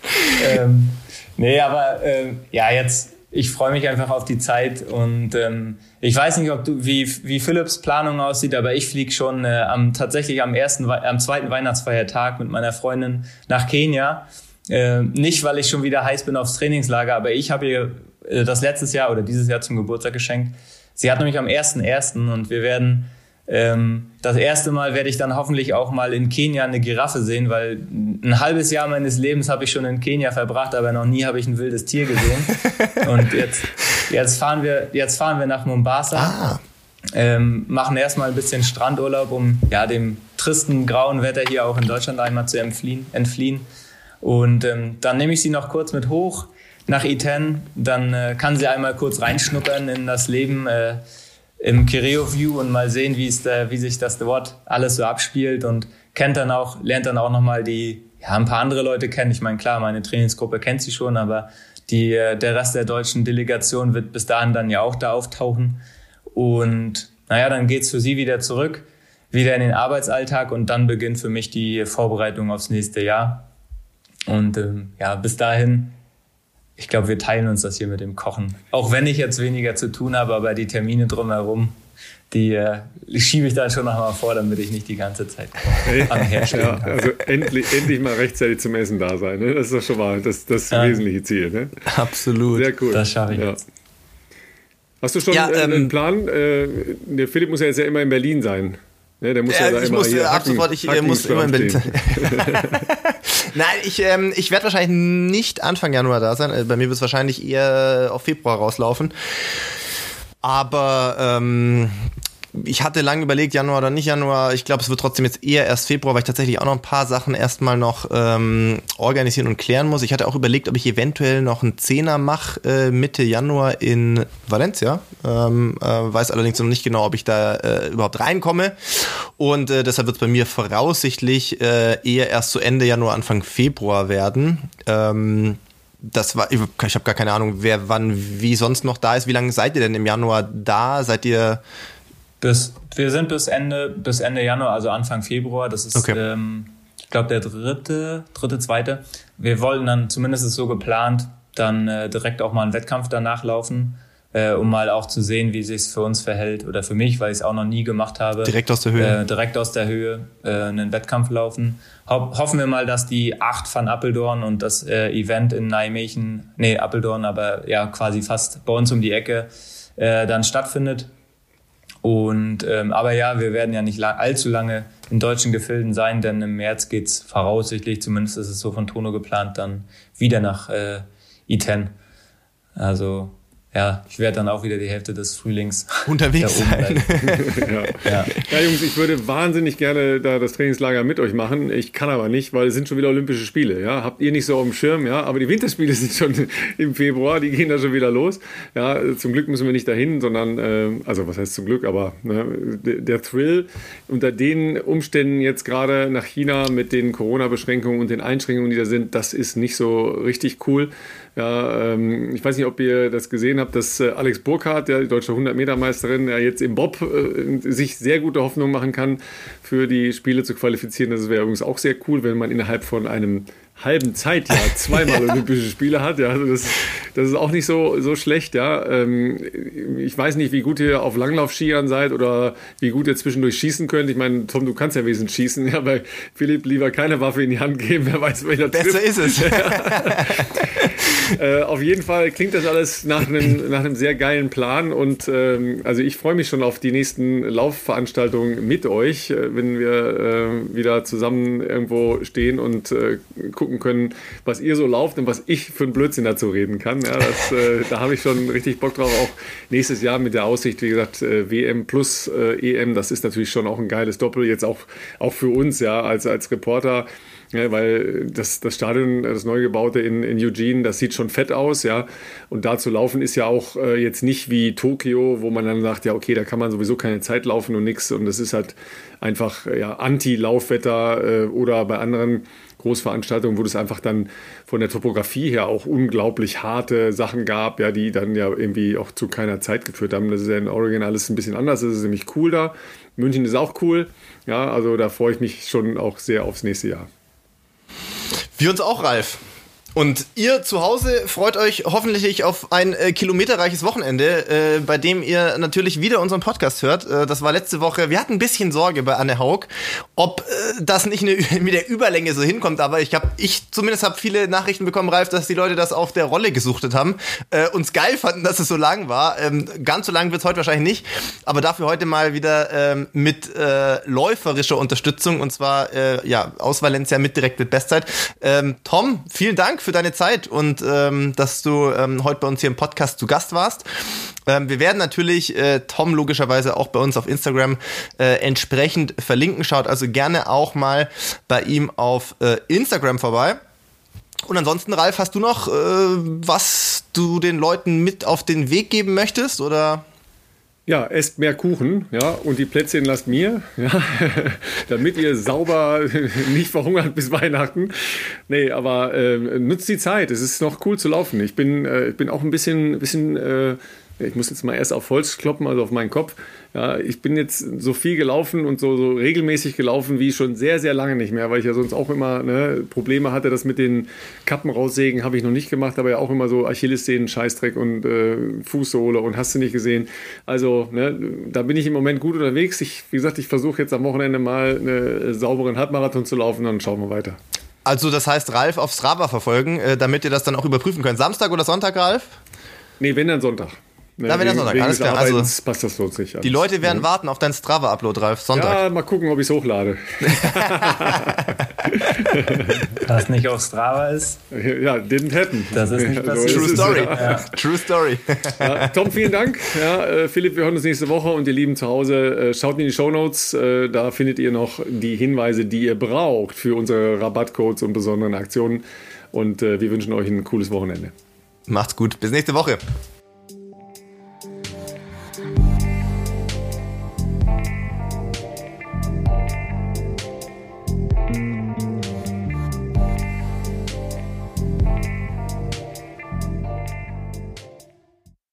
Jetzt, ich freue mich einfach auf die Zeit. Und ich weiß nicht, wie Philipps Planung aussieht, aber ich fliege schon tatsächlich am zweiten Weihnachtsfeiertag mit meiner Freundin nach Kenia. Nicht, weil ich schon wieder heiß bin aufs Trainingslager, aber ich habe ihr das letztes Jahr oder dieses Jahr zum Geburtstag geschenkt. Sie hat nämlich am 1.1. und wir werden das erste Mal werde ich dann hoffentlich auch mal in Kenia eine Giraffe sehen, weil ein halbes Jahr meines Lebens habe ich schon in Kenia verbracht, aber noch nie habe ich ein wildes Tier gesehen. Und jetzt fahren wir nach Mombasa, machen erstmal ein bisschen Strandurlaub, um dem tristen grauen Wetter hier auch in Deutschland einmal zu entfliehen. Und dann nehme ich sie noch kurz mit hoch nach Iten, dann kann sie einmal kurz reinschnuppern in das Leben im Kireo View und mal sehen, wie sich das dort alles so abspielt und lernt dann auch nochmal ein paar andere Leute kennen. Ich meine, klar, meine Trainingsgruppe kennt sie schon, aber der Rest der deutschen Delegation wird bis dahin dann ja auch da auftauchen. Und dann geht's für sie wieder zurück, wieder in den Arbeitsalltag und dann beginnt für mich die Vorbereitung aufs nächste Jahr. Und bis dahin, ich glaube, wir teilen uns das hier mit dem Kochen. Auch wenn ich jetzt weniger zu tun habe, aber die Termine drumherum, die schiebe ich dann schon noch mal vor, damit ich nicht die ganze Zeit am Herstellen habe. Also endlich mal rechtzeitig zum Essen da sein. Ne? Das ist doch schon mal das wesentliche Ziel. Ne? Absolut. Sehr cool. Das schaffe ich jetzt. Hast du schon einen Plan? Der Philipp muss ja jetzt immer in Berlin sein. Ne, der muss ja da ich immer muss hier ab sofort, ich muss immer in Berlin. Nein, ich werde wahrscheinlich nicht Anfang Januar da sein. Bei mir wird es wahrscheinlich eher auf Februar rauslaufen. Aber ich hatte lange überlegt, Januar oder nicht Januar. Ich glaube, es wird trotzdem jetzt eher erst Februar, weil ich tatsächlich auch noch ein paar Sachen erstmal noch organisieren und klären muss. Ich hatte auch überlegt, ob ich eventuell noch einen Zehner mache Mitte Januar in Valencia. Weiß allerdings noch nicht genau, ob ich da überhaupt reinkomme. Und deshalb wird es bei mir voraussichtlich eher erst so Ende Januar, Anfang Februar werden. Ich habe gar keine Ahnung, wer wann wie sonst noch da ist. Wie lange seid ihr denn im Januar da? Seid ihr... Wir sind bis Ende Januar, also Anfang Februar. Das ist, okay. Ich glaube, der dritte, zweite. Wir wollten dann, zumindest ist es so geplant, dann direkt auch mal einen Wettkampf danach laufen, um mal auch zu sehen, wie es sich für uns verhält oder für mich, weil ich es auch noch nie gemacht habe. Direkt aus der Höhe? Direkt aus der Höhe einen Wettkampf laufen. Hoffen wir mal, dass die 8 van Apeldoorn und das Event in Nijmegen, Apeldoorn, aber ja quasi fast bei uns um die Ecke, dann stattfindet. Und aber ja, wir werden ja nicht allzu lange in deutschen Gefilden sein, denn im März geht's voraussichtlich, zumindest ist es so von Tono geplant, dann wieder nach Iten. Also ja, ich werde dann auch wieder die Hälfte des Frühlings unterwegs sein. Ja, Jungs, ich würde wahnsinnig gerne da das Trainingslager mit euch machen. Ich kann aber nicht, weil es sind schon wieder Olympische Spiele. Ja, habt ihr nicht so auf dem Schirm? Ja, aber die Winterspiele sind schon im Februar, die gehen da schon wieder los. Ja, zum Glück müssen wir nicht dahin, sondern, also was heißt zum Glück, aber ne, der Thrill unter den Umständen jetzt gerade nach China mit den Corona-Beschränkungen und den Einschränkungen, die da sind, das ist nicht so richtig cool. Ja, ich weiß nicht, ob ihr das gesehen habt, dass Alex Burkhardt, die deutsche 100-Meter-Meisterin, ja jetzt im Bob sich sehr gute Hoffnung machen kann, für die Spiele zu qualifizieren. Das wäre übrigens auch sehr cool, wenn man innerhalb von einem halben Zeitjahr zweimal Olympische Spiele hat. Ja, also das ist auch nicht so schlecht. Ja, ich weiß nicht, wie gut ihr auf Langlaufskiern seid oder wie gut ihr zwischendurch schießen könnt. Ich meine, Tom, du kannst ja wesentlich schießen. Ja, bei Philipp lieber keine Waffe in die Hand geben. Wer weiß, wer das besser ist es. Auf jeden Fall klingt das alles nach einem sehr geilen Plan und also ich freue mich schon auf die nächsten Laufveranstaltungen mit euch, wenn wir wieder zusammen irgendwo stehen und gucken können, was ihr so lauft und was ich für einen Blödsinn dazu reden kann. Ja, da habe ich schon richtig Bock drauf, auch nächstes Jahr mit der Aussicht, wie gesagt, WM plus EM, das ist natürlich schon auch ein geiles Doppel, jetzt auch für uns, ja, als Reporter. Ja, weil das Stadion, das neu gebaute in Eugene, das sieht schon fett aus, ja. Und da zu laufen ist ja auch jetzt nicht wie Tokio, wo man dann sagt, ja, okay, da kann man sowieso keine Zeit laufen und nix. Und das ist halt einfach ja, Anti-Laufwetter oder bei anderen Großveranstaltungen, wo es einfach dann von der Topografie her auch unglaublich harte Sachen gab, ja, die dann ja irgendwie auch zu keiner Zeit geführt haben. Das ist ja in Oregon alles ein bisschen anders, das ist nämlich cool da. München ist auch cool, ja, also da freue ich mich schon auch sehr aufs nächste Jahr. Wir uns auch, Ralf. Und ihr zu Hause freut euch hoffentlich auf ein kilometerreiches Wochenende, bei dem ihr natürlich wieder unseren Podcast hört. Das war letzte Woche. Wir hatten ein bisschen Sorge bei Anne Haug, ob das nicht mit der Überlänge so hinkommt. Aber ich zumindest habe viele Nachrichten bekommen, Ralf, dass die Leute das auf der Rolle gesuchtet haben. Uns geil fanden, dass es so lang war. Ganz so lang wird es heute wahrscheinlich nicht. Aber dafür heute mal wieder mit läuferischer Unterstützung. Und zwar aus Valencia direkt mit Bestzeit. Tom, vielen Dank für deine Zeit und dass du heute bei uns hier im Podcast zu Gast warst. Wir werden natürlich Tom logischerweise auch bei uns auf Instagram entsprechend verlinken. Schaut also gerne auch mal bei ihm auf Instagram vorbei. Und ansonsten, Ralf, hast du noch was du den Leuten mit auf den Weg geben möchtest, oder? Ja, esst mehr Kuchen, ja, und die Plätzchen lasst mir, ja, damit ihr sauber nicht verhungert bis Weihnachten. Nee, aber nutzt die Zeit, es ist noch cool zu laufen. Ich bin auch ein bisschen ich muss jetzt mal erst auf Holz kloppen, also auf meinen Kopf. Ja, ich bin jetzt so viel gelaufen und so regelmäßig gelaufen wie schon sehr, sehr lange nicht mehr, weil ich ja sonst auch immer Probleme hatte. Das mit den Kappen raussägen habe ich noch nicht gemacht, aber ja auch immer so Achillessehnen, Scheißdreck und Fußsohle und hast du nicht gesehen. Also da bin ich im Moment gut unterwegs. Wie gesagt, ich versuche jetzt am Wochenende mal einen sauberen Halbmarathon zu laufen, dann schauen wir weiter. Also das heißt, Ralf auf Strava verfolgen, damit ihr das dann auch überprüfen könnt. Samstag oder Sonntag, Ralf? Nee, wenn dann Sonntag. Ne, Da wäre der Sonntag, alles klar. Also, passt das lohnt sich. Die Leute werden warten auf deinen Strava-Upload, Ralf. Sonntag. Ja, mal gucken, ob ich es hochlade. Was nicht auf Strava ist. Ja, didn't happen. Das ist nicht passiert. True Story. True Story. Ja, Tom, vielen Dank. Ja, Philipp, wir hören uns nächste Woche und ihr Lieben zu Hause, schaut in die Shownotes. Da findet ihr noch die Hinweise, die ihr braucht für unsere Rabattcodes und besonderen Aktionen. Und wir wünschen euch ein cooles Wochenende. Macht's gut. Bis nächste Woche.